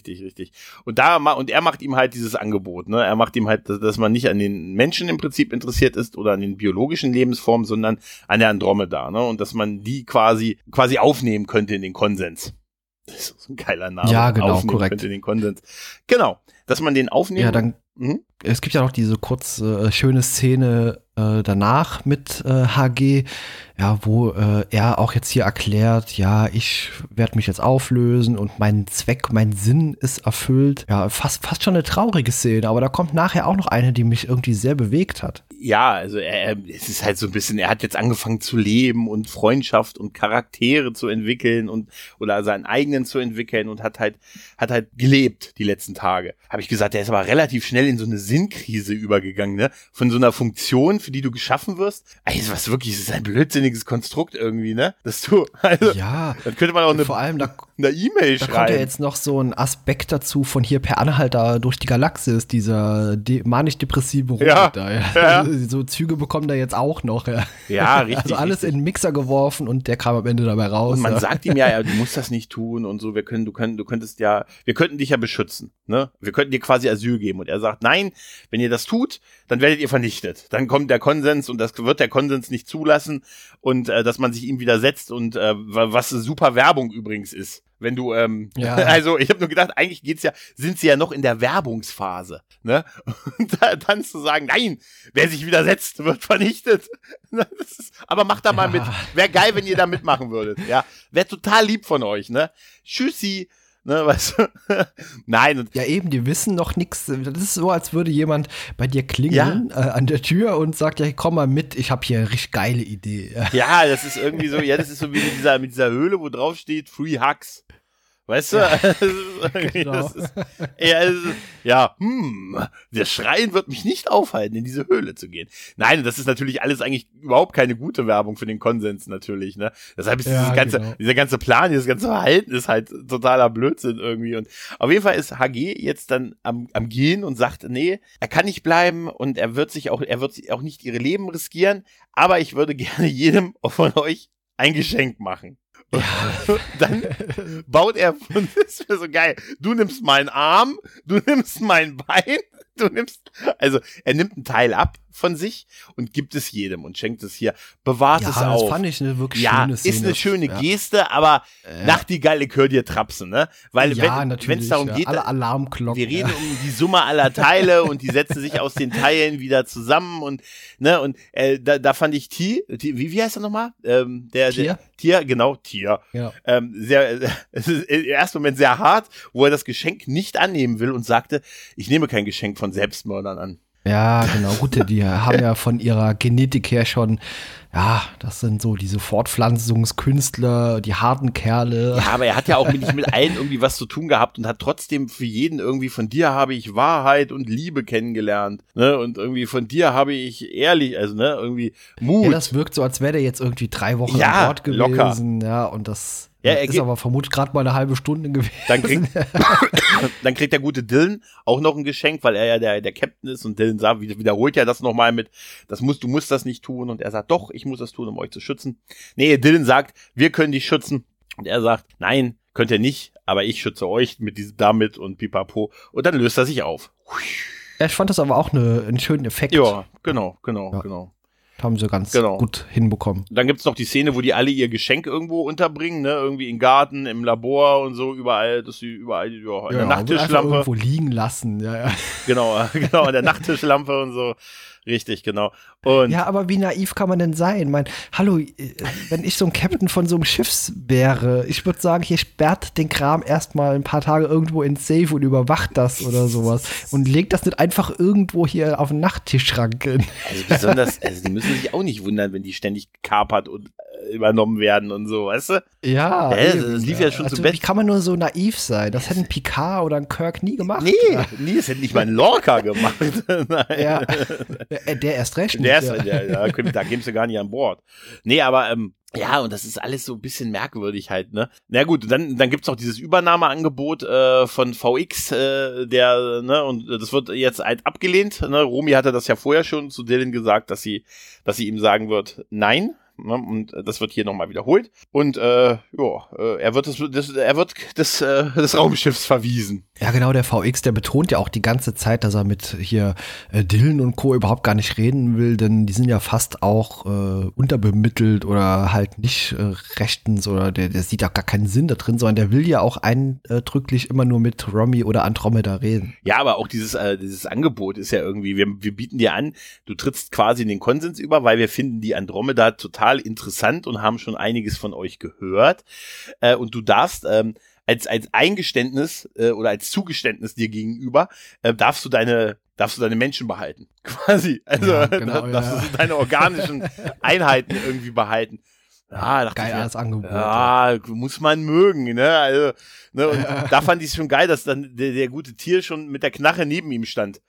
Und er macht ihm halt dieses Angebot, ne? Er macht ihm halt, dass man nicht an den Menschen im Prinzip interessiert ist oder an den biologischen Lebensformen, sondern an der Andromeda, ne? Und dass man die quasi aufnehmen könnte in den Konsens. Das ist ein geiler Name. Ja, genau, aufnehmen korrekt. Könnte in den Konsens. Genau, dass man den aufnehmen. Ja, dann, es gibt ja noch diese kurz schöne Szene danach mit HG, ja, wo er auch jetzt hier erklärt, ja, ich werde mich jetzt auflösen und mein Zweck, mein Sinn ist erfüllt. Ja, fast schon eine traurige Szene, aber da kommt nachher auch noch eine, die mich irgendwie sehr bewegt hat. Ja, also es ist halt so ein bisschen, er hat jetzt angefangen zu leben und Freundschaft und Charaktere zu entwickeln oder seinen eigenen zu entwickeln und hat halt gelebt die letzten Tage. Habe ich gesagt, er ist aber relativ schnell in so eine Sinnkrise übergegangen, ne? Von so einer Funktion, für die du geschaffen wirst. Also was wirklich, es ist ein blödsinniges Konstrukt irgendwie, ne? Dass du, also, ja, dann könnte man auch vor allem eine E-Mail schreiben. Da kommt ja jetzt noch so ein Aspekt dazu von hier per Anhalter durch die Galaxis, dieser manisch-depressive Robot da. Ja. So Züge bekommen da jetzt auch noch. Ja, ja richtig. Also alles in den Mixer geworfen und der kam am Ende dabei raus. Und man sagt ihm ja, du musst das nicht tun und so, wir könnten dich ja beschützen, ne? Wir könnten dir quasi Asyl geben. Und er sagt, nein, wenn ihr das tut, dann werdet ihr vernichtet. Dann kommt der Konsens und das wird der Konsens nicht zulassen und dass man sich ihm widersetzt und was super Werbung übrigens ist. Wenn du, also ich habe nur gedacht, eigentlich sind sie ja noch in der Werbungsphase, ne? Und dann zu sagen, nein, wer sich widersetzt, wird vernichtet. Aber macht da mal mit. Wäre geil, wenn ihr da mitmachen würdet, ja. Wäre total lieb von euch, ne? Tschüssi. Ne, weißt du? Nein. Ja, eben, die wissen noch nichts. Das ist so, als würde jemand bei dir klingeln an der Tür und sagt, ja, komm mal mit, ich habe hier eine richtig geile Idee. Ja, das ist irgendwie so, das ist so wie mit dieser Höhle, wo drauf steht, Free Hugs. Weißt du? Genau. Das Schreien wird mich nicht aufhalten, in diese Höhle zu gehen. Nein, das ist natürlich alles eigentlich überhaupt keine gute Werbung für den Konsens natürlich, ne? Deshalb ist dieser ganze Plan, dieses ganze Verhalten ist halt totaler Blödsinn irgendwie. Und auf jeden Fall ist HG jetzt dann am Gehen und sagt, nee, er kann nicht bleiben und er wird auch nicht ihre Leben riskieren, aber ich würde gerne jedem von euch ein Geschenk machen. Ja. Dann baut er, das wäre so geil, du nimmst meinen Arm, du nimmst mein Bein, also er nimmt ein Teil ab von sich und gibt es jedem und schenkt es hier, bewahrt es auf. Das fand ich eine wirklich schöne Szene. Ist eine schöne Geste, aber Nachtigall, ich hör dir trapsen, ne? Weil wenn es darum geht, alle Alarmglocken. Wir reden um die Summe aller Teile und die setzen sich aus den Teilen wieder zusammen und, ne, und da fand ich wie heißt er nochmal? Tier, genau, Tier. Ja. Es ist im ersten Moment sehr hart, wo er das Geschenk nicht annehmen will und sagte, ich nehme kein Geschenk von Selbstmördern an. Ja, genau. Gut, die haben ja von ihrer Genetik her schon, ja, das sind so diese Fortpflanzungskünstler, die harten Kerle. Ja, aber er hat ja auch nicht mit allen irgendwie was zu tun gehabt und hat trotzdem für jeden irgendwie, von dir habe ich Wahrheit und Liebe kennengelernt, ne, und irgendwie von dir habe ich ehrlich, also, ne, irgendwie Mut. Ja, das wirkt so, als wäre der jetzt irgendwie 3 Wochen an Bord gewesen. Locker. Ja, und das ist aber vermutlich gerade mal eine halbe Stunde gewesen. Dann kriegt der gute Dylan auch noch ein Geschenk, weil er ja der Captain ist und Dylan sagt, wiederholt ja das nochmal mit, du musst das nicht tun und er sagt, doch, ich muss das tun, um euch zu schützen. Nee, Dylan sagt, wir können dich schützen und er sagt, nein, könnt ihr nicht, aber ich schütze euch damit und pipapo und dann löst er sich auf. Ja, ich fand das aber auch einen schönen Effekt. Ja, genau. Haben sie ganz gut hinbekommen. Dann gibt's noch die Szene, wo die alle ihr Geschenk irgendwo unterbringen, ne, irgendwie im Garten, im Labor und so, überall, dass sie überall, an der Nachttischlampe. Irgendwo liegen lassen, ja. Genau, an der Nachttischlampe und so. Richtig, genau. Und ja, aber wie naiv kann man denn sein? Hallo, wenn ich so ein Captain von so einem Schiff wäre, ich würde sagen, hier sperrt den Kram erstmal ein paar Tage irgendwo ins Safe und überwacht das oder sowas und legt das nicht einfach irgendwo hier auf den Nachttischschrank hin. Also die müssen sich auch nicht wundern, wenn die ständig gekapert und übernommen werden und so, weißt du? Ja. Das lief ja schon zu Bett. Wie kann man nur so naiv sein? Das hätten Picard oder ein Kirk nie gemacht. Nee, das hätte nicht mal ein Lorca gemacht. Nein. Ja. Der erst recht. Da gehst du gar nicht an Bord. Nee, aber ja, und das ist alles so ein bisschen merkwürdig halt, ne? Na gut, dann gibt's auch dieses Übernahmeangebot von VX, und das wird jetzt halt abgelehnt, ne? Romy hatte das ja vorher schon zu Dylan gesagt, dass sie ihm sagen wird, nein, Ne? Und das wird hier nochmal wiederholt. Und er wird des Raumschiffs verwiesen. Ja, genau, der VX, der betont ja auch die ganze Zeit, dass er mit hier Dillon und Co. überhaupt gar nicht reden will, denn die sind ja fast auch unterbemittelt oder halt nicht rechtens oder der sieht auch gar keinen Sinn da drin, sondern der will ja auch eindrücklich immer nur mit Romy oder Andromeda reden. Ja, aber auch dieses Angebot ist ja irgendwie, wir bieten dir an, du trittst quasi in den Konsens über, weil wir finden die Andromeda total interessant und haben schon einiges von euch gehört. Und du darfst als Eingeständnis oder als Zugeständnis dir gegenüber, darfst du deine Menschen behalten. Quasi. Also Ja, genau, darfst du deine organischen Einheiten irgendwie behalten. Ja, dachte Geil ich mir, als Angebot. ja, muss man mögen, ne? Also, ne, und da fand ich es schon geil, dass dann der gute Tier schon mit der Knarre neben ihm stand.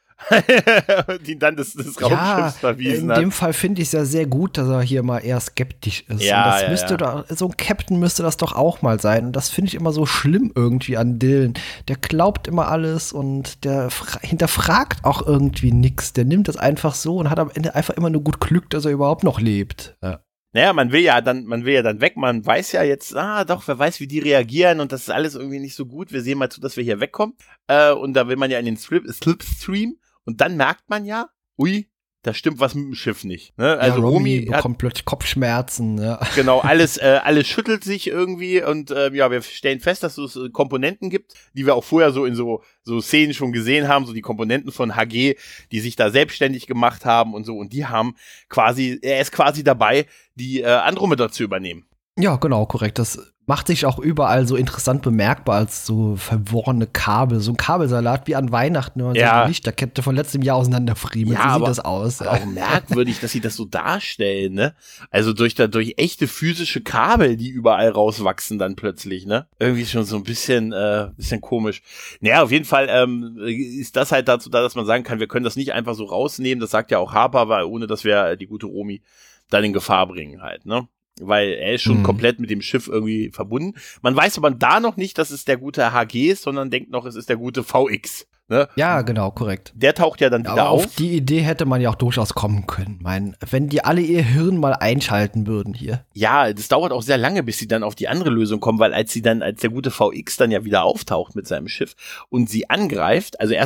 Und ihn dann des Raumschiffs verwiesen hat. In dem Fall finde ich es ja sehr gut, dass er hier mal eher skeptisch ist. Ja, und das müsste doch, so ein Captain müsste das doch auch mal sein. Und das finde ich immer so schlimm irgendwie an Dillon. Der glaubt immer alles und der hinterfragt auch irgendwie nichts. Der nimmt das einfach so und hat am Ende einfach immer nur gut Glück, dass er überhaupt noch lebt. Ja. Naja, man will ja dann weg, man weiß ja jetzt, doch, wer weiß, wie die reagieren und das ist alles irgendwie nicht so gut, wir sehen mal zu, dass wir hier wegkommen, und da will man ja in den Slipstream und dann merkt man ja, ui, da stimmt was mit dem Schiff nicht. Ne? Also ja, Romy bekommt bekommt plötzlich Kopfschmerzen. Ja. Genau, alles schüttelt sich irgendwie und wir stellen fest, dass es Komponenten gibt, die wir auch vorher so in so Szenen schon gesehen haben, so die Komponenten von HG, die sich da selbstständig gemacht haben und so, und die haben er ist quasi dabei, die Andromeda zu übernehmen. Ja, genau, korrekt. Das macht sich auch überall so interessant bemerkbar als so verworrene Kabel. So ein Kabelsalat wie an Weihnachten, wenn man so eine Lichterkette von letztem Jahr auseinanderfriemelt. Ja, so sieht das aus. Auch merkwürdig, dass sie das so darstellen, ne? Also durch echte physische Kabel, die überall rauswachsen dann plötzlich, ne? Irgendwie schon so ein bisschen komisch. Naja, auf jeden Fall ist das halt dazu da, dass man sagen kann, wir können das nicht einfach so rausnehmen. Das sagt ja auch Harper, weil ohne dass wir die gute Romy dann in Gefahr bringen halt, ne? Weil er ist schon komplett mit dem Schiff irgendwie verbunden. Man weiß aber da noch nicht, dass es der gute HG ist, sondern denkt noch, es ist der gute VX. Ne? Ja, genau, korrekt. Der taucht ja dann wieder aber auf. Auf die Idee hätte man ja auch durchaus kommen können. Wenn die alle ihr Hirn mal einschalten würden hier. Ja, das dauert auch sehr lange, bis sie dann auf die andere Lösung kommen, weil als der gute VX dann ja wieder auftaucht mit seinem Schiff und sie angreift, sie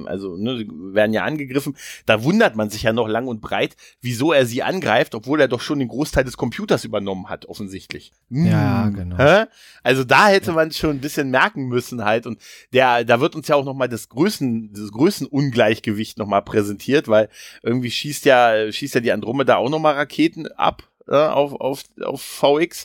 werden ja angegriffen, da wundert man sich ja noch lang und breit, wieso er sie angreift, obwohl er doch schon den Großteil des Computers übernommen hat, offensichtlich. Ja, genau. Also da hätte man schon ein bisschen merken müssen halt, und da wird uns ja auch nochmal das Größenungleichgewicht nochmal präsentiert, weil irgendwie schießt ja die Andromeda auch nochmal Raketen ab auf VX.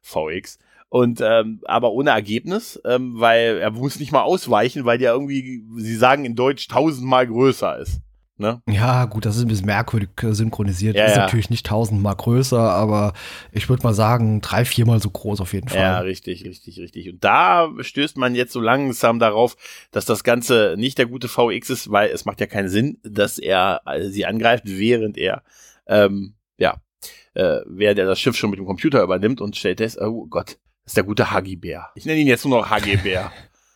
Und aber ohne Ergebnis, weil er muss nicht mal ausweichen, weil der irgendwie, sie sagen in Deutsch, 1000-mal größer ist. Ne? Ja, gut, das ist ein bisschen merkwürdig synchronisiert. Ja, ist ja. natürlich nicht 1000-mal größer, aber ich würde mal sagen, 3-4-mal so groß auf jeden Fall. Ja, richtig. Und da stößt man jetzt so langsam darauf, dass das Ganze nicht der gute VX ist, weil es macht ja keinen Sinn, dass er sie angreift, während er das Schiff schon mit dem Computer übernimmt und stellt fest, oh Gott, das ist der gute Huggy-Bär. Ich nenne ihn jetzt nur noch Huggy-Bär.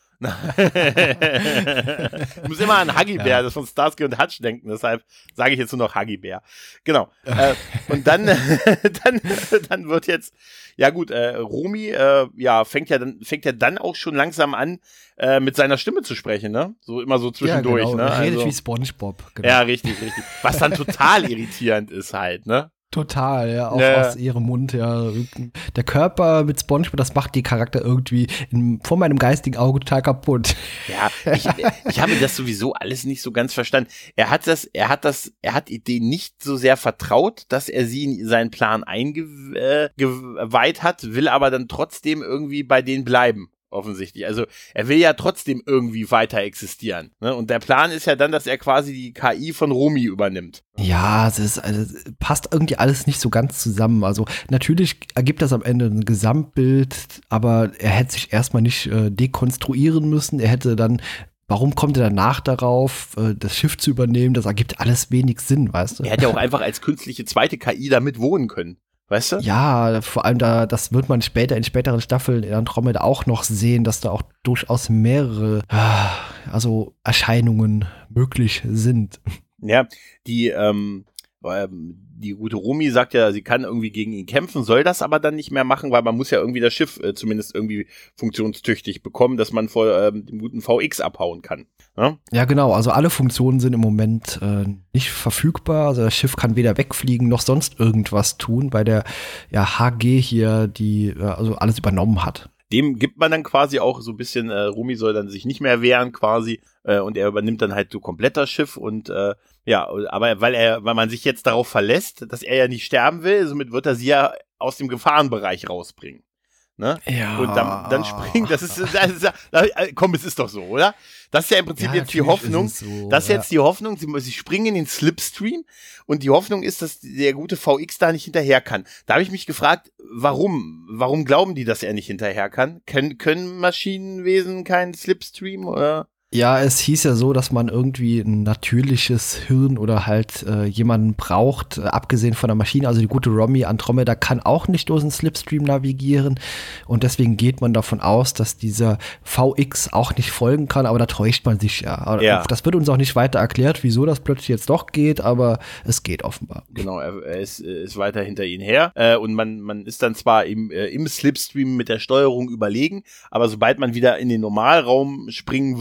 Ich muss immer an Huggy-Bär, das von Starsky und Hutch denken, deshalb sage ich jetzt nur noch Huggy-Bär. Genau. Und dann wird jetzt, ja gut, Romy fängt ja dann auch schon langsam an, mit seiner Stimme zu sprechen, ne? So immer so zwischendurch, ja, genau. ne? Redet wie SpongeBob. Genau. Ja, richtig. Was dann total irritierend ist halt, ne? Total, ja, auch aus ihrem Mund, ja. Der Körper mit SpongeBob, das macht die Charakter irgendwie vor meinem geistigen Auge total kaputt. Ja, ich habe das sowieso alles nicht so ganz verstanden. Er hat Ideen nicht so sehr vertraut, dass er sie in seinen Plan eingeweiht hat, will aber dann trotzdem irgendwie bei denen bleiben. Offensichtlich. Also er will ja trotzdem irgendwie weiter existieren. Ne? Und der Plan ist ja dann, dass er quasi die KI von Romy übernimmt. Ja, passt irgendwie alles nicht so ganz zusammen. Also natürlich ergibt das am Ende ein Gesamtbild, aber er hätte sich erstmal nicht dekonstruieren müssen. Warum kommt er danach darauf, das Schiff zu übernehmen? Das ergibt alles wenig Sinn, weißt du? Er hätte ja auch einfach als künstliche zweite KI damit wohnen können. Weißt du? Ja, vor allem das wird man in späteren Staffeln in Andromeda auch noch sehen, dass da auch durchaus mehrere Erscheinungen möglich sind. Ja, Die gute Romy sagt ja, sie kann irgendwie gegen ihn kämpfen, soll das aber dann nicht mehr machen, weil man muss ja irgendwie das Schiff zumindest irgendwie funktionstüchtig bekommen, dass man vor dem guten VX abhauen kann. Ja, genau. Also alle Funktionen sind im Moment nicht verfügbar. Also das Schiff kann weder wegfliegen noch sonst irgendwas tun, weil der HG hier also alles übernommen hat. Dem gibt man dann quasi auch so ein bisschen, Rumi soll dann sich nicht mehr wehren quasi und er übernimmt dann halt so komplett das Schiff und aber weil man sich jetzt darauf verlässt, dass er ja nicht sterben will, somit wird er sie ja aus dem Gefahrenbereich rausbringen. Ne? Ja. Und dann springen, das ist komm, es ist doch so, oder? Das ist ja im Prinzip jetzt die Hoffnung, die Hoffnung, sie springen in den Slipstream und die Hoffnung ist, dass der gute VX da nicht hinterher kann. Da habe ich mich gefragt, warum glauben die, dass er nicht hinterher kann? Können Maschinenwesen keinen Slipstream, oder? Ja, es hieß ja so, dass man irgendwie ein natürliches Hirn oder halt jemanden braucht, abgesehen von der Maschine. Also die gute Romy Andromeda kann auch nicht durch den Slipstream navigieren und deswegen geht man davon aus, dass dieser VX auch nicht folgen kann, aber da täuscht man sich ja. Das wird uns auch nicht weiter erklärt, wieso das plötzlich jetzt doch geht, aber es geht offenbar. Genau, er ist weiter hinter ihnen her und man ist dann zwar im Slipstream mit der Steuerung überlegen, aber sobald man wieder in den Normalraum springen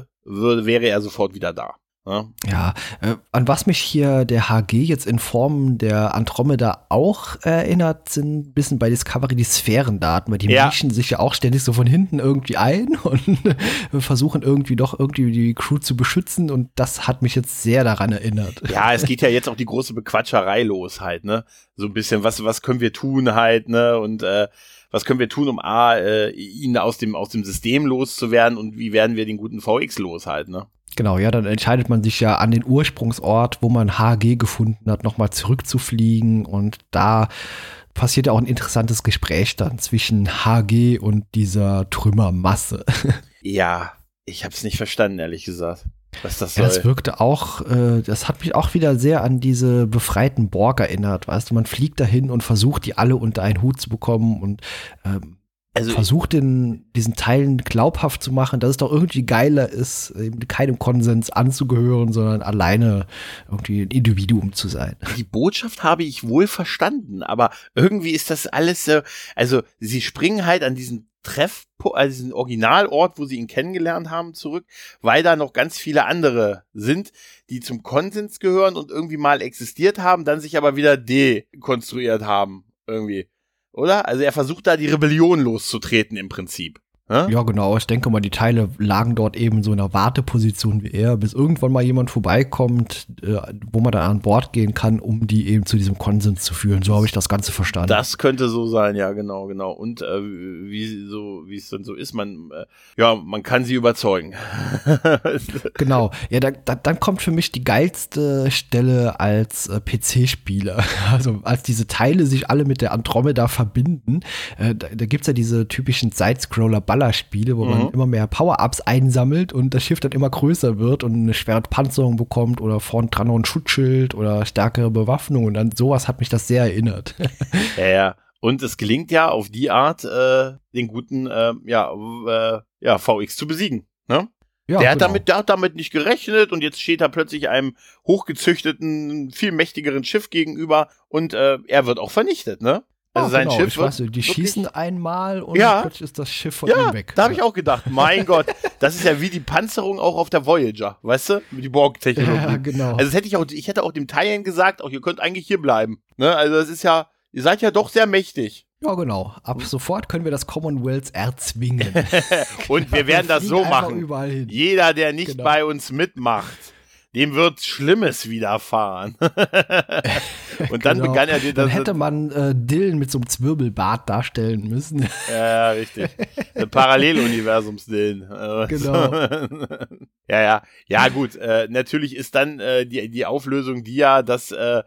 wäre er sofort wieder da. Ja, an was mich hier der HG jetzt in Form der Andromeda auch erinnert, sind ein bisschen bei Discovery die Sphärendaten, weil die mischen sich ja auch ständig so von hinten irgendwie ein und versuchen irgendwie die Crew zu beschützen und das hat mich jetzt sehr daran erinnert. Ja, es geht ja jetzt auch die große Bequatscherei los halt, ne? So ein bisschen, was können wir tun halt, ne? Und was können wir tun, um ihn aus dem System loszuwerden und wie werden wir den guten VX los halt, ne? Genau, ja, dann entscheidet man sich ja an den Ursprungsort, wo man HG gefunden hat, nochmal zurückzufliegen und da passiert ja auch ein interessantes Gespräch dann zwischen HG und dieser Trümmermasse. Ja, ich hab's nicht verstanden, ehrlich gesagt. Was das soll. Ja, das wirkte auch, das hat mich auch wieder sehr an diese befreiten Borg erinnert, weißt du, man fliegt dahin und versucht, die alle unter einen Hut zu bekommen und versucht diesen Teilen glaubhaft zu machen, dass es doch irgendwie geiler ist, eben keinem Konsens anzugehören, sondern alleine irgendwie ein Individuum zu sein. Die Botschaft habe ich wohl verstanden, aber irgendwie ist das alles so, also sie springen halt an diesen diesen Originalort, wo sie ihn kennengelernt haben, zurück, weil da noch ganz viele andere sind, die zum Konsens gehören und irgendwie mal existiert haben, dann sich aber wieder dekonstruiert haben, irgendwie. Oder? Also er versucht da die Rebellion loszutreten im Prinzip. Ja, genau. Ich denke mal, die Teile lagen dort eben so in einer Warteposition wie er, bis irgendwann mal jemand vorbeikommt, wo man dann an Bord gehen kann, um die eben zu diesem Konsens zu führen. So habe ich das Ganze verstanden. Das könnte so sein, ja, genau. Und wie es dann so ist, man kann sie überzeugen. Genau. Ja, dann kommt für mich die geilste Stelle als PC-Spieler. Also als diese Teile sich alle mit der Andromeda verbinden, da gibt's ja diese typischen Side-Scroller-Ballerspiele, wo man immer mehr Power-Ups einsammelt und das Schiff dann immer größer wird und eine schwere Panzerung bekommt oder vorn dran noch ein Schutzschild oder stärkere Bewaffnung und an sowas hat mich das sehr erinnert. Ja. Und es gelingt ja auf die Art, den guten VX zu besiegen. Ne? Ja, der hat damit nicht gerechnet und jetzt steht er plötzlich einem hochgezüchteten, viel mächtigeren Schiff gegenüber und er wird auch vernichtet, ne? Also sein Schiff die schießen einmal und plötzlich ist das Schiff von ihm weg. Da habe ich auch gedacht, mein Gott, das ist ja wie die Panzerung auch auf der Voyager, weißt du? Mit die Borg-Technologie. Ja, genau. Also ich hätte auch dem Teilen gesagt, auch ihr könnt eigentlich hier bleiben. Ne? Also das ist ja, ihr seid ja doch sehr mächtig. Ja, genau. Ab sofort können wir das Commonwealth erzwingen. Und wir werden das so machen. Jeder, der nicht bei uns mitmacht, dem wird Schlimmes widerfahren. Und dann begann er Dann hätte man Dylan mit so einem Zwirbelbart darstellen müssen. Ja, richtig. Paralleluniversums-Dylan. Genau. Ja. Ja, gut. Natürlich ist dann die Auflösung dass der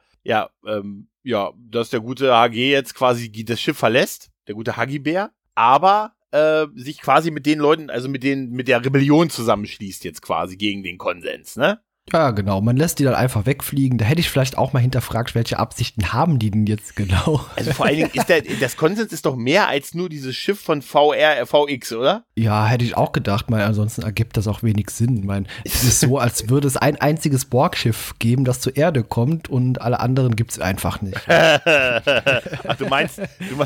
gute HG jetzt quasi das Schiff verlässt, der gute Hagibär, aber sich quasi mit den Leuten, also mit der Rebellion zusammenschließt jetzt quasi gegen den Konsens, ne? Ja, genau. Man lässt die dann einfach wegfliegen. Da hätte ich vielleicht auch mal hinterfragt, welche Absichten haben die denn jetzt genau? Also vor allen Dingen das Konsens ist doch mehr als nur dieses Schiff von VX, oder? Ja, hätte ich auch gedacht, weil ansonsten ergibt das auch wenig Sinn. Ich meine, es ist so, als würde es ein einziges Borg-Schiff geben, das zur Erde kommt und alle anderen gibt es einfach nicht. Ach, du meinst,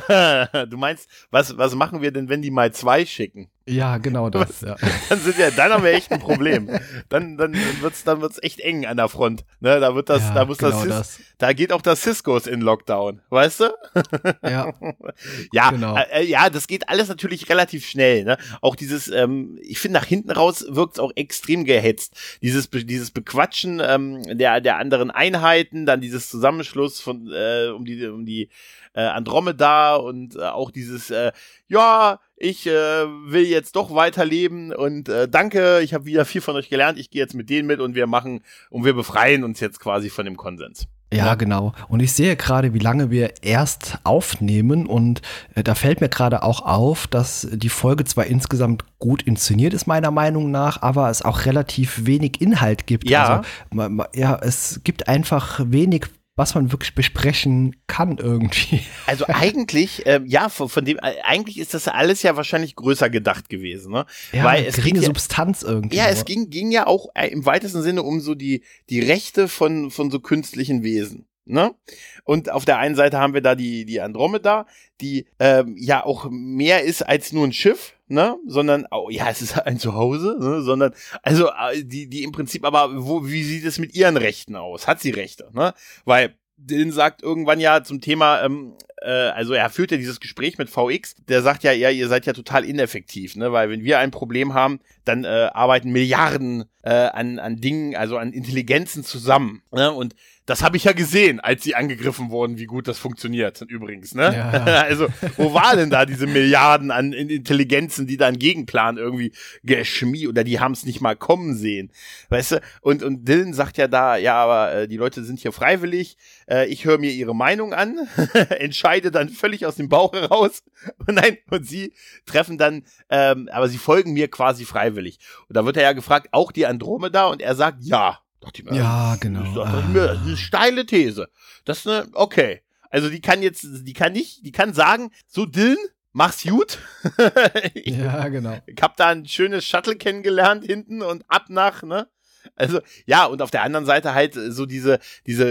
was machen wir denn, wenn die mal 2 schicken? Ja, genau das. Ja. Dann haben wir echt ein Problem. Dann wird's echt eng an der Front. Ne, da wird das, Ja, da muss genau da geht auch das Ciscos in Lockdown, weißt du? Ja, Ja, genau. Ja, das geht alles natürlich relativ schnell. Ne? Auch dieses, ich finde, nach hinten raus wirkt's auch extrem gehetzt. Dieses Bequatschen der anderen Einheiten, dann dieses Zusammenschluss von um die Andromeda und auch dieses ja, ich will jetzt doch weiterleben und danke, ich habe wieder viel von euch gelernt, ich gehe jetzt mit denen mit und wir befreien uns jetzt quasi von dem Konsens. Ja, genau. Und ich sehe gerade, wie lange wir erst aufnehmen und da fällt mir gerade auch auf, dass die Folge zwar insgesamt gut inszeniert ist, meiner Meinung nach, aber es auch relativ wenig Inhalt gibt. Ja. Also, es gibt einfach wenig, was man wirklich besprechen kann irgendwie. Also eigentlich, eigentlich ist das alles ja wahrscheinlich größer gedacht gewesen, ne? Ja, weil es geringe ging Substanz irgendwie. Ja, es ging ja auch im weitesten Sinne um so die Rechte von so künstlichen Wesen. Ne? Und auf der einen Seite haben wir da die Andromeda, die ja auch mehr ist als nur ein Schiff, ne? Sondern es ist ein Zuhause, ne? Sondern also die im Prinzip aber wie sieht es mit ihren Rechten aus? Hat sie Rechte, ne? Weil Dylan sagt irgendwann ja zum Thema also er führt ja dieses Gespräch mit VX, der sagt ja, ihr seid ja total ineffektiv, ne, weil wenn wir ein Problem haben, dann arbeiten Milliarden an Dingen, also an Intelligenzen zusammen, ne, und das habe ich ja gesehen, als sie angegriffen wurden, wie gut das funktioniert, übrigens, ne? Ja. Also, wo war denn da diese Milliarden an Intelligenzen, die da einen Gegenplan irgendwie geschmied oder die haben es nicht mal kommen sehen, weißt du? Und Dylan sagt ja da, ja, aber die Leute sind hier freiwillig, ich höre mir ihre Meinung an, entscheide dann völlig aus dem Bauch heraus und sie treffen dann, aber sie folgen mir quasi freiwillig. Und da wird er ja gefragt, auch die Andromeda, und er sagt, ja. Ja, genau. Das ist eine steile These. Das ist okay. Also die kann sagen, so Dylan, mach's gut. Ja, genau. Ich hab da ein schönes Shuttle kennengelernt hinten und ab nach, ne? Also, ja, und auf der anderen Seite halt so diese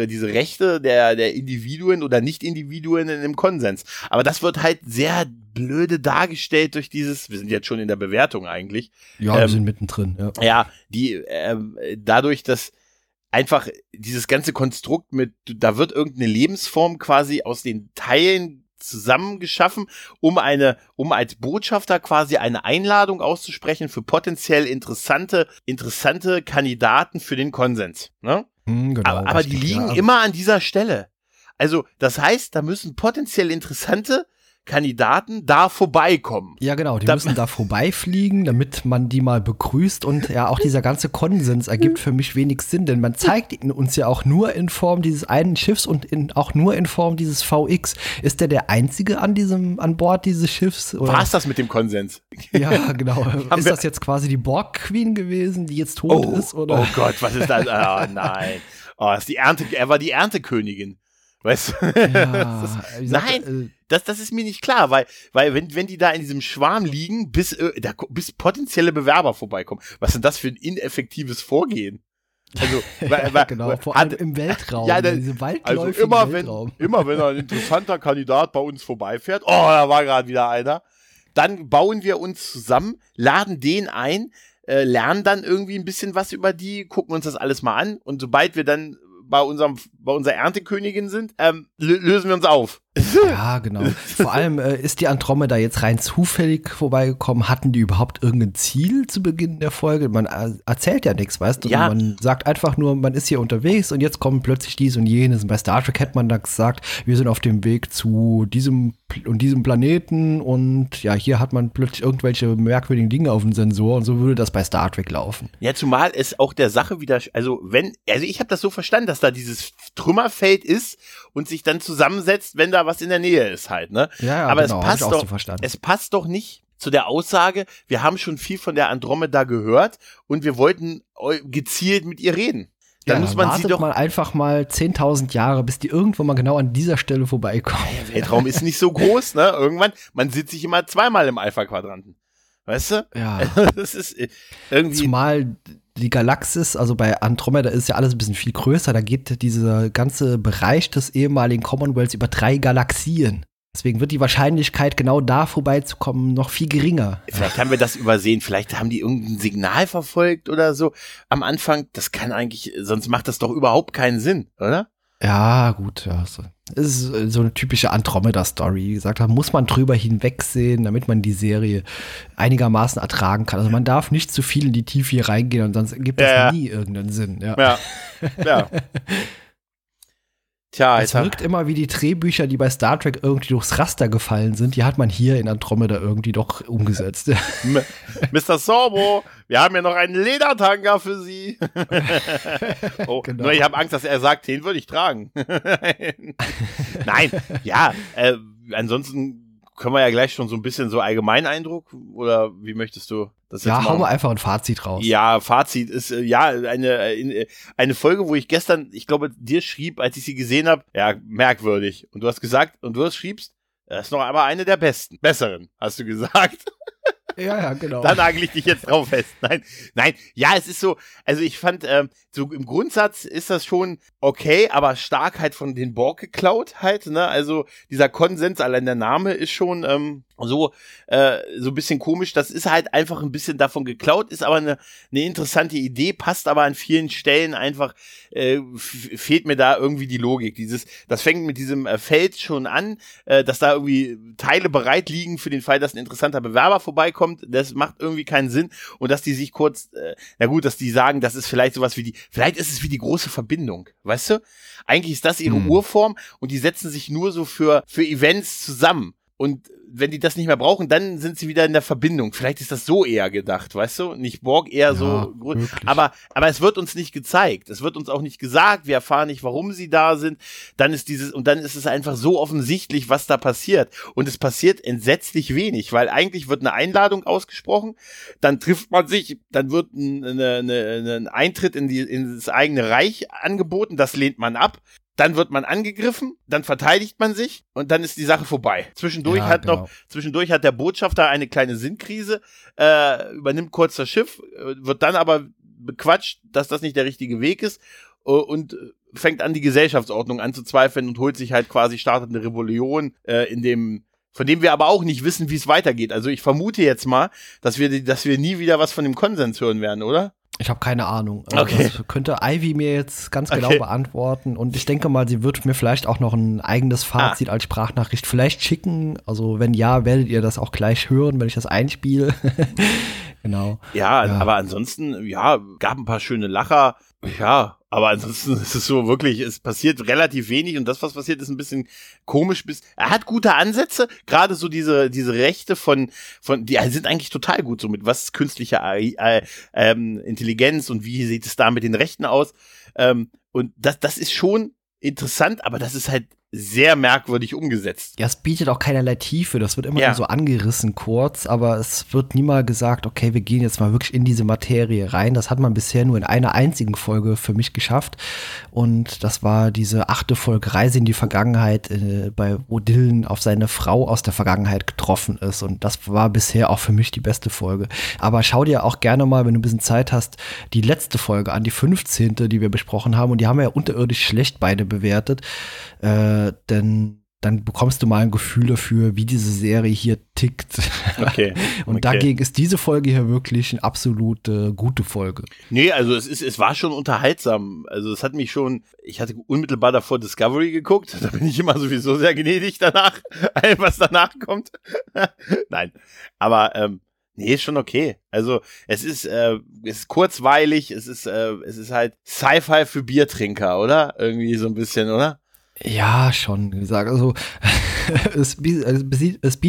Rechte der Individuen oder Nicht-Individuen in dem Konsens. Aber das wird halt sehr blöde dargestellt durch dieses, wir sind jetzt schon in der Bewertung eigentlich. Ja, wir sind mittendrin, ja. Ja, dadurch, dass einfach dieses ganze Konstrukt da wird irgendeine Lebensform quasi aus den Teilen zusammengeschaffen, um als Botschafter quasi eine Einladung auszusprechen für potenziell interessante Kandidaten für den Konsens. Ne? Genau, aber die liegen immer an dieser Stelle. Also, das heißt, da müssen potenziell interessante Kandidaten da vorbeikommen. Ja, genau, die müssen da vorbeifliegen, damit man die mal begrüßt, und ja, auch dieser ganze Konsens ergibt für mich wenig Sinn, denn man zeigt uns ja auch nur in Form dieses einen Schiffs und auch nur in Form dieses VX. Ist der Einzige an Bord dieses Schiffs? War es das mit dem Konsens? Ja, genau. Ist das jetzt quasi die Borg-Queen gewesen, die jetzt tot ist? Oder? Oh Gott, was ist das? Oh nein. Oh, er war die Erntekönigin. Weißt du? Ja, nein, das ist mir nicht klar, weil wenn die da in diesem Schwarm liegen, bis potenzielle Bewerber vorbeikommen, was ist denn das für ein ineffektives Vorgehen? Also, genau, vor allem im Weltraum, ja, diese Waldläufe also immer wenn ein interessanter Kandidat bei uns vorbeifährt, da war gerade wieder einer, dann bauen wir uns zusammen, laden den ein, lernen dann irgendwie ein bisschen was über die, gucken uns das alles mal an, und sobald wir dann bei unserer Erntekönigin sind, lösen wir uns auf. Ja, genau. Vor allem ist die Andromeda jetzt rein zufällig vorbeigekommen. Hatten die überhaupt irgendein Ziel zu Beginn der Folge? Man erzählt ja nichts, weißt du? Ja. Man sagt einfach nur, man ist hier unterwegs und jetzt kommen plötzlich dies und jenes. Und bei Star Trek hätte man da gesagt, wir sind auf dem Weg zu diesem Planeten, und ja, hier hat man plötzlich irgendwelche merkwürdigen Dinge auf dem Sensor, und so würde das bei Star Trek laufen. Ja, zumal es auch der Sache wieder, also ich habe das so verstanden, dass da dieses Trümmerfeld ist und sich dann zusammensetzt, wenn da was in der Nähe ist halt, ne? Ja, aber genau, es passt doch nicht zu der Aussage, wir haben schon viel von der Andromeda gehört und wir wollten gezielt mit ihr reden. Dann muss man wartet mal einfach mal 10.000 Jahre, bis die irgendwo mal genau an dieser Stelle vorbeikommen. Der Weltraum ist nicht so groß, ne? Irgendwann, man sitzt sich immer zweimal im Alpha-Quadranten. Weißt du? Ja. Das ist irgendwie. Zumal die Galaxis, also bei Andromeda ist ja alles ein bisschen viel größer, da geht dieser ganze Bereich des ehemaligen Commonwealths über 3 Galaxien. Deswegen wird die Wahrscheinlichkeit, genau da vorbeizukommen, noch viel geringer. Vielleicht haben wir das übersehen, vielleicht haben die irgendein Signal verfolgt oder so am Anfang. Das kann eigentlich, sonst macht das doch überhaupt keinen Sinn, oder? Ja, gut, ja. Es ist so eine typische Andromeda-Story. Wie gesagt, da muss man drüber hinwegsehen, damit man die Serie einigermaßen ertragen kann. Also man darf nicht zu viel in die Tiefe hier reingehen und sonst gibt das nie irgendeinen Sinn. Ja. Tja, es wirkt immer wie die Drehbücher, die bei Star Trek irgendwie durchs Raster gefallen sind. Die hat man hier in Andromeda irgendwie doch umgesetzt. Mr. Sorbo, wir haben ja noch einen Ledertanker für Sie. Genau. Nur ich habe Angst, dass er sagt, den würde ich tragen. Nein, ja, ansonsten können wir ja gleich schon so ein bisschen so Allgemeineindruck, oder wie möchtest du das jetzt machen? Ja, hauen wir einfach ein Fazit raus. Ja, Fazit ist, eine Folge, wo ich gestern, ich glaube, dir schrieb, als ich sie gesehen habe, ja, merkwürdig. Und du hast gesagt, schriebst, das ist noch aber eine der besseren, hast du gesagt. Ja, genau. Da nagel ich dich jetzt drauf fest. Nein, ja, es ist so, also ich fand, so im Grundsatz ist das schon okay, aber stark halt von den Borg geklaut halt, ne, also dieser Konsens, allein der Name ist schon, so ein bisschen komisch, das ist halt einfach ein bisschen davon geklaut, ist aber eine interessante Idee, passt aber an vielen Stellen einfach, fehlt mir da irgendwie die Logik. Das fängt mit diesem Feld schon an, dass da irgendwie Teile bereit liegen für den Fall, dass ein interessanter Bewerber vorbeikommt, das macht irgendwie keinen Sinn und dass die sich kurz, dass die sagen, das ist vielleicht sowas vielleicht ist es wie die große Verbindung, weißt du? Eigentlich ist das ihre Urform und die setzen sich nur so für Events zusammen. Und wenn die das nicht mehr brauchen, dann sind sie wieder in der Verbindung. Vielleicht ist das so eher gedacht, weißt du? Nicht Borg, eher so. Aber es wird uns nicht gezeigt. Es wird uns auch nicht gesagt. Wir erfahren nicht, warum sie da sind. Dann ist es einfach so offensichtlich, was da passiert. Und es passiert entsetzlich wenig, weil eigentlich wird eine Einladung ausgesprochen. Dann trifft man sich, dann wird ein Eintritt in das eigene Reich angeboten. Das lehnt man ab. Dann wird man angegriffen, dann verteidigt man sich und dann ist die Sache vorbei. Zwischendurch hat der Botschafter eine kleine Sinnkrise, übernimmt kurz das Schiff, wird dann aber bequatscht, dass das nicht der richtige Weg ist und fängt an, die Gesellschaftsordnung anzuzweifeln und startet eine Rebellion, von dem wir aber auch nicht wissen, wie es weitergeht. Also ich vermute jetzt mal, dass wir nie wieder was von dem Konsens hören werden, oder? Ich habe keine Ahnung. Okay. Das könnte Ivy mir jetzt ganz genau beantworten. Und ich denke mal, sie wird mir vielleicht auch noch ein eigenes Fazit als Sprachnachricht vielleicht schicken. Also wenn ja, werdet ihr das auch gleich hören, wenn ich das einspiele. Genau. Ja, aber ansonsten, gab ein paar schöne Lacher. Ja, aber ansonsten ist es so wirklich, es passiert relativ wenig und das, was passiert, ist ein bisschen komisch. Er hat gute Ansätze, gerade so diese Rechte die sind eigentlich total gut, so mit was ist künstliche Intelligenz und wie sieht es da mit den Rechten aus. Und das ist schon interessant, aber das ist halt sehr merkwürdig umgesetzt. Ja, es bietet auch keinerlei Tiefe, das wird immer nur so angerissen kurz, aber es wird nie mal gesagt, okay, wir gehen jetzt mal wirklich in diese Materie rein. Das hat man bisher nur in einer einzigen Folge für mich geschafft und das war diese 8. Folge Reise in die Vergangenheit, wo Dylan auf seine Frau aus der Vergangenheit getroffen ist und das war bisher auch für mich die beste Folge. Aber schau dir auch gerne mal, wenn du ein bisschen Zeit hast, die letzte Folge an, die 15., die wir besprochen haben und die haben wir ja unterirdisch schlecht beide bewertet, denn dann bekommst du mal ein Gefühl dafür, wie diese Serie hier tickt. Okay. Und dagegen ist diese Folge hier wirklich eine absolut gute Folge. Nee, also es war schon unterhaltsam. Also es hat mich schon, ich hatte unmittelbar davor Discovery geguckt. Da bin ich immer sowieso sehr gnädig danach, was danach kommt. Nein, aber nee, ist schon okay. Also es ist kurzweilig, es ist halt Sci-Fi für Biertrinker, oder? Irgendwie so ein bisschen, oder? Ja, schon, wie gesagt. Also es bietet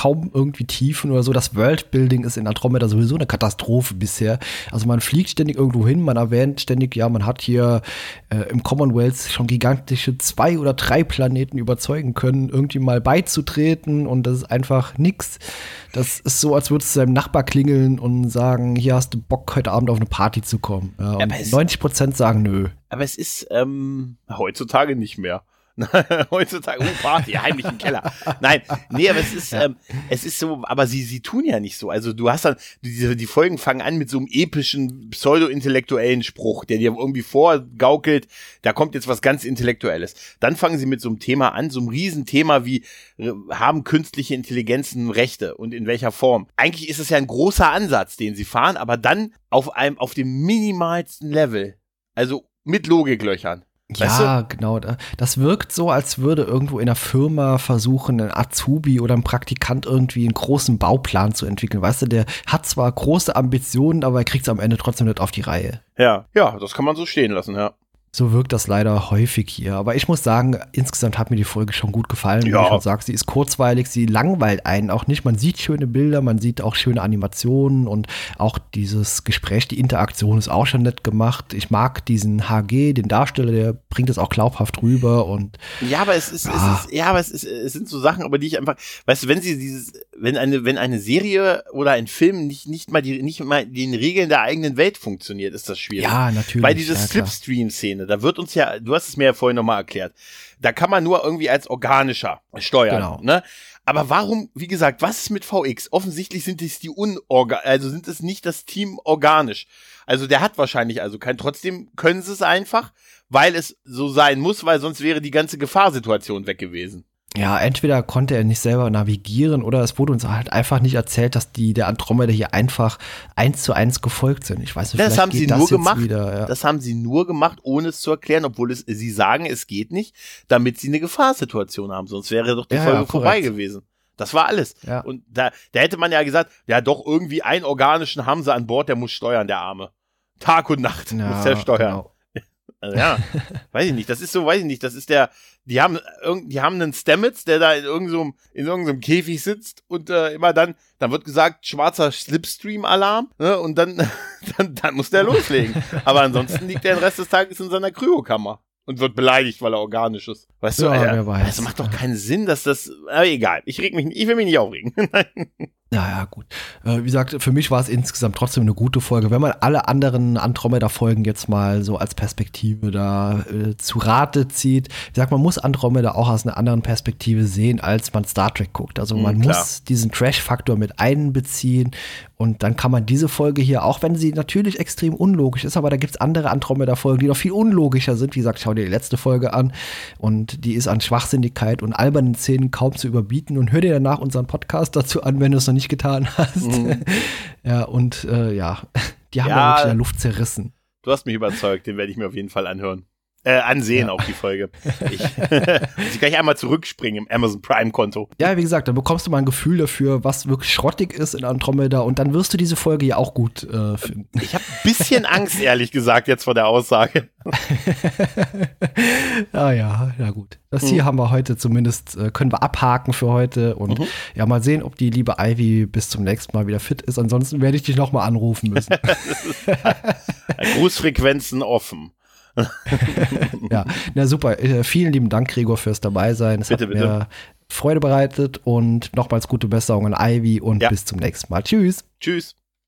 kaum irgendwie Tiefen oder so. Das Worldbuilding ist in Andromeda sowieso eine Katastrophe bisher. Also man fliegt ständig irgendwo hin, man erwähnt ständig, ja, man hat hier im Commonwealth schon gigantische 2 oder 3 Planeten überzeugen können, irgendwie mal beizutreten, und das ist einfach nix. Das ist so, als würdest du deinem Nachbar klingeln und sagen, hier hast du Bock, heute Abend auf eine Party zu kommen. Ja, und 90% sagen nö. Aber es ist heutzutage nicht mehr. Heutzutage, Party, heimlich im Keller. Nein, nee, aber es ist so, aber sie tun ja nicht so. Also du hast dann, die Folgen fangen an mit so einem epischen, pseudo-intellektuellen Spruch, der dir irgendwie vorgaukelt, da kommt jetzt was ganz Intellektuelles. Dann fangen sie mit so einem Thema an, so einem Riesenthema wie, haben künstliche Intelligenzen Rechte und in welcher Form? Eigentlich ist es ja ein großer Ansatz, den sie fahren, aber dann auf dem minimalsten Level. Also mit Logiklöchern. Ja, genau. Das wirkt so, als würde irgendwo in einer Firma versuchen, ein Azubi oder ein Praktikant irgendwie einen großen Bauplan zu entwickeln. Weißt du, der hat zwar große Ambitionen, aber er kriegt es am Ende trotzdem nicht auf die Reihe. Ja, das kann man so stehen lassen, ja. So wirkt das leider häufig hier. Aber ich muss sagen, insgesamt hat mir die Folge schon gut gefallen. Ja. Wie ich schon sage, sie ist kurzweilig, sie langweilt einen auch nicht. Man sieht schöne Bilder, man sieht auch schöne Animationen und auch dieses Gespräch, die Interaktion ist auch schon nett gemacht. Ich mag diesen HG, den Darsteller, der bringt es auch glaubhaft rüber. Und ja, aber es sind so Sachen, aber die ich einfach, weißt du, wenn eine Serie oder ein Film nicht mal den Regeln der eigenen Welt funktioniert, ist das schwierig. Ja, natürlich. Weil diese Slipstream-Szene, da wird uns ja, du hast es mir ja vorhin nochmal erklärt, da kann man nur irgendwie als organischer steuern, genau. Ne? Aber warum, wie gesagt, was ist mit VX? Offensichtlich sind es sind es nicht das Team organisch. Also der hat wahrscheinlich trotzdem können sie es einfach, weil es so sein muss, weil sonst wäre die ganze Gefahrsituation weg gewesen. Ja, entweder konnte er nicht selber navigieren oder es wurde uns halt einfach nicht erzählt, dass der Andromeda hier einfach 1:1 gefolgt sind. Ich weiß nicht, das haben sie nur gemacht. Wieder, ja. Das haben sie nur gemacht, ohne es zu erklären, obwohl sie sagen, es geht nicht, damit sie eine Gefahrsituation haben. Sonst wäre doch die Folge vorbei gewesen. Das war alles. Ja. Und da hätte man ja gesagt, ja doch, irgendwie einen organischen haben sie an Bord, der muss steuern, der Arme. Tag und Nacht muss der steuern. Genau. Also ja, weiß ich nicht. Das ist so, das ist die haben einen Stamets, der da in irgendeinem Käfig sitzt und immer dann wird gesagt, schwarzer Slipstream-Alarm, ne, und dann muss der loslegen. Aber ansonsten liegt er den Rest des Tages in seiner Kryokammer und wird beleidigt, weil er organisch ist. Weißt du, wer weiß. Das macht doch keinen Sinn, dass das, aber egal, ich will mich nicht aufregen. Ja, gut. Wie gesagt, für mich war es insgesamt trotzdem eine gute Folge. Wenn man alle anderen Andromeda-Folgen jetzt mal so als Perspektive da zu Rate zieht, ich sag, man muss Andromeda auch aus einer anderen Perspektive sehen, als man Star Trek guckt. Also man muss diesen Trash-Faktor mit einbeziehen und dann kann man diese Folge hier, auch wenn sie natürlich extrem unlogisch ist, aber da gibt's andere Andromeda-Folgen, die noch viel unlogischer sind. Wie gesagt, schau dir die letzte Folge an und die ist an Schwachsinnigkeit und albernen Szenen kaum zu überbieten, und hör dir danach unseren Podcast dazu an, wenn du es noch nicht getan hast. Ja, und die haben ja wirklich in der Luft zerrissen. Du hast mich überzeugt, den werde ich mir auf jeden Fall ansehen, auch die Folge. Ich muss gleich einmal zurückspringen im Amazon Prime-Konto. Ja, wie gesagt, dann bekommst du mal ein Gefühl dafür, was wirklich schrottig ist in Andromeda, und dann wirst du diese Folge ja auch gut finden. Ich habe ein bisschen Angst, ehrlich gesagt, jetzt vor der Aussage. Ja, gut. Das hier haben wir heute zumindest, können wir abhaken für heute und ja, mal sehen, ob die liebe Ivy bis zum nächsten Mal wieder fit ist. Ansonsten werde ich dich nochmal anrufen müssen. Grußfrequenzen offen. Ja, na super. Vielen lieben Dank, Gregor, fürs Dabeisein. Es hat mir Freude bereitet und nochmals gute Besserung an Ivy und bis zum nächsten Mal. Tschüss. Tschüss.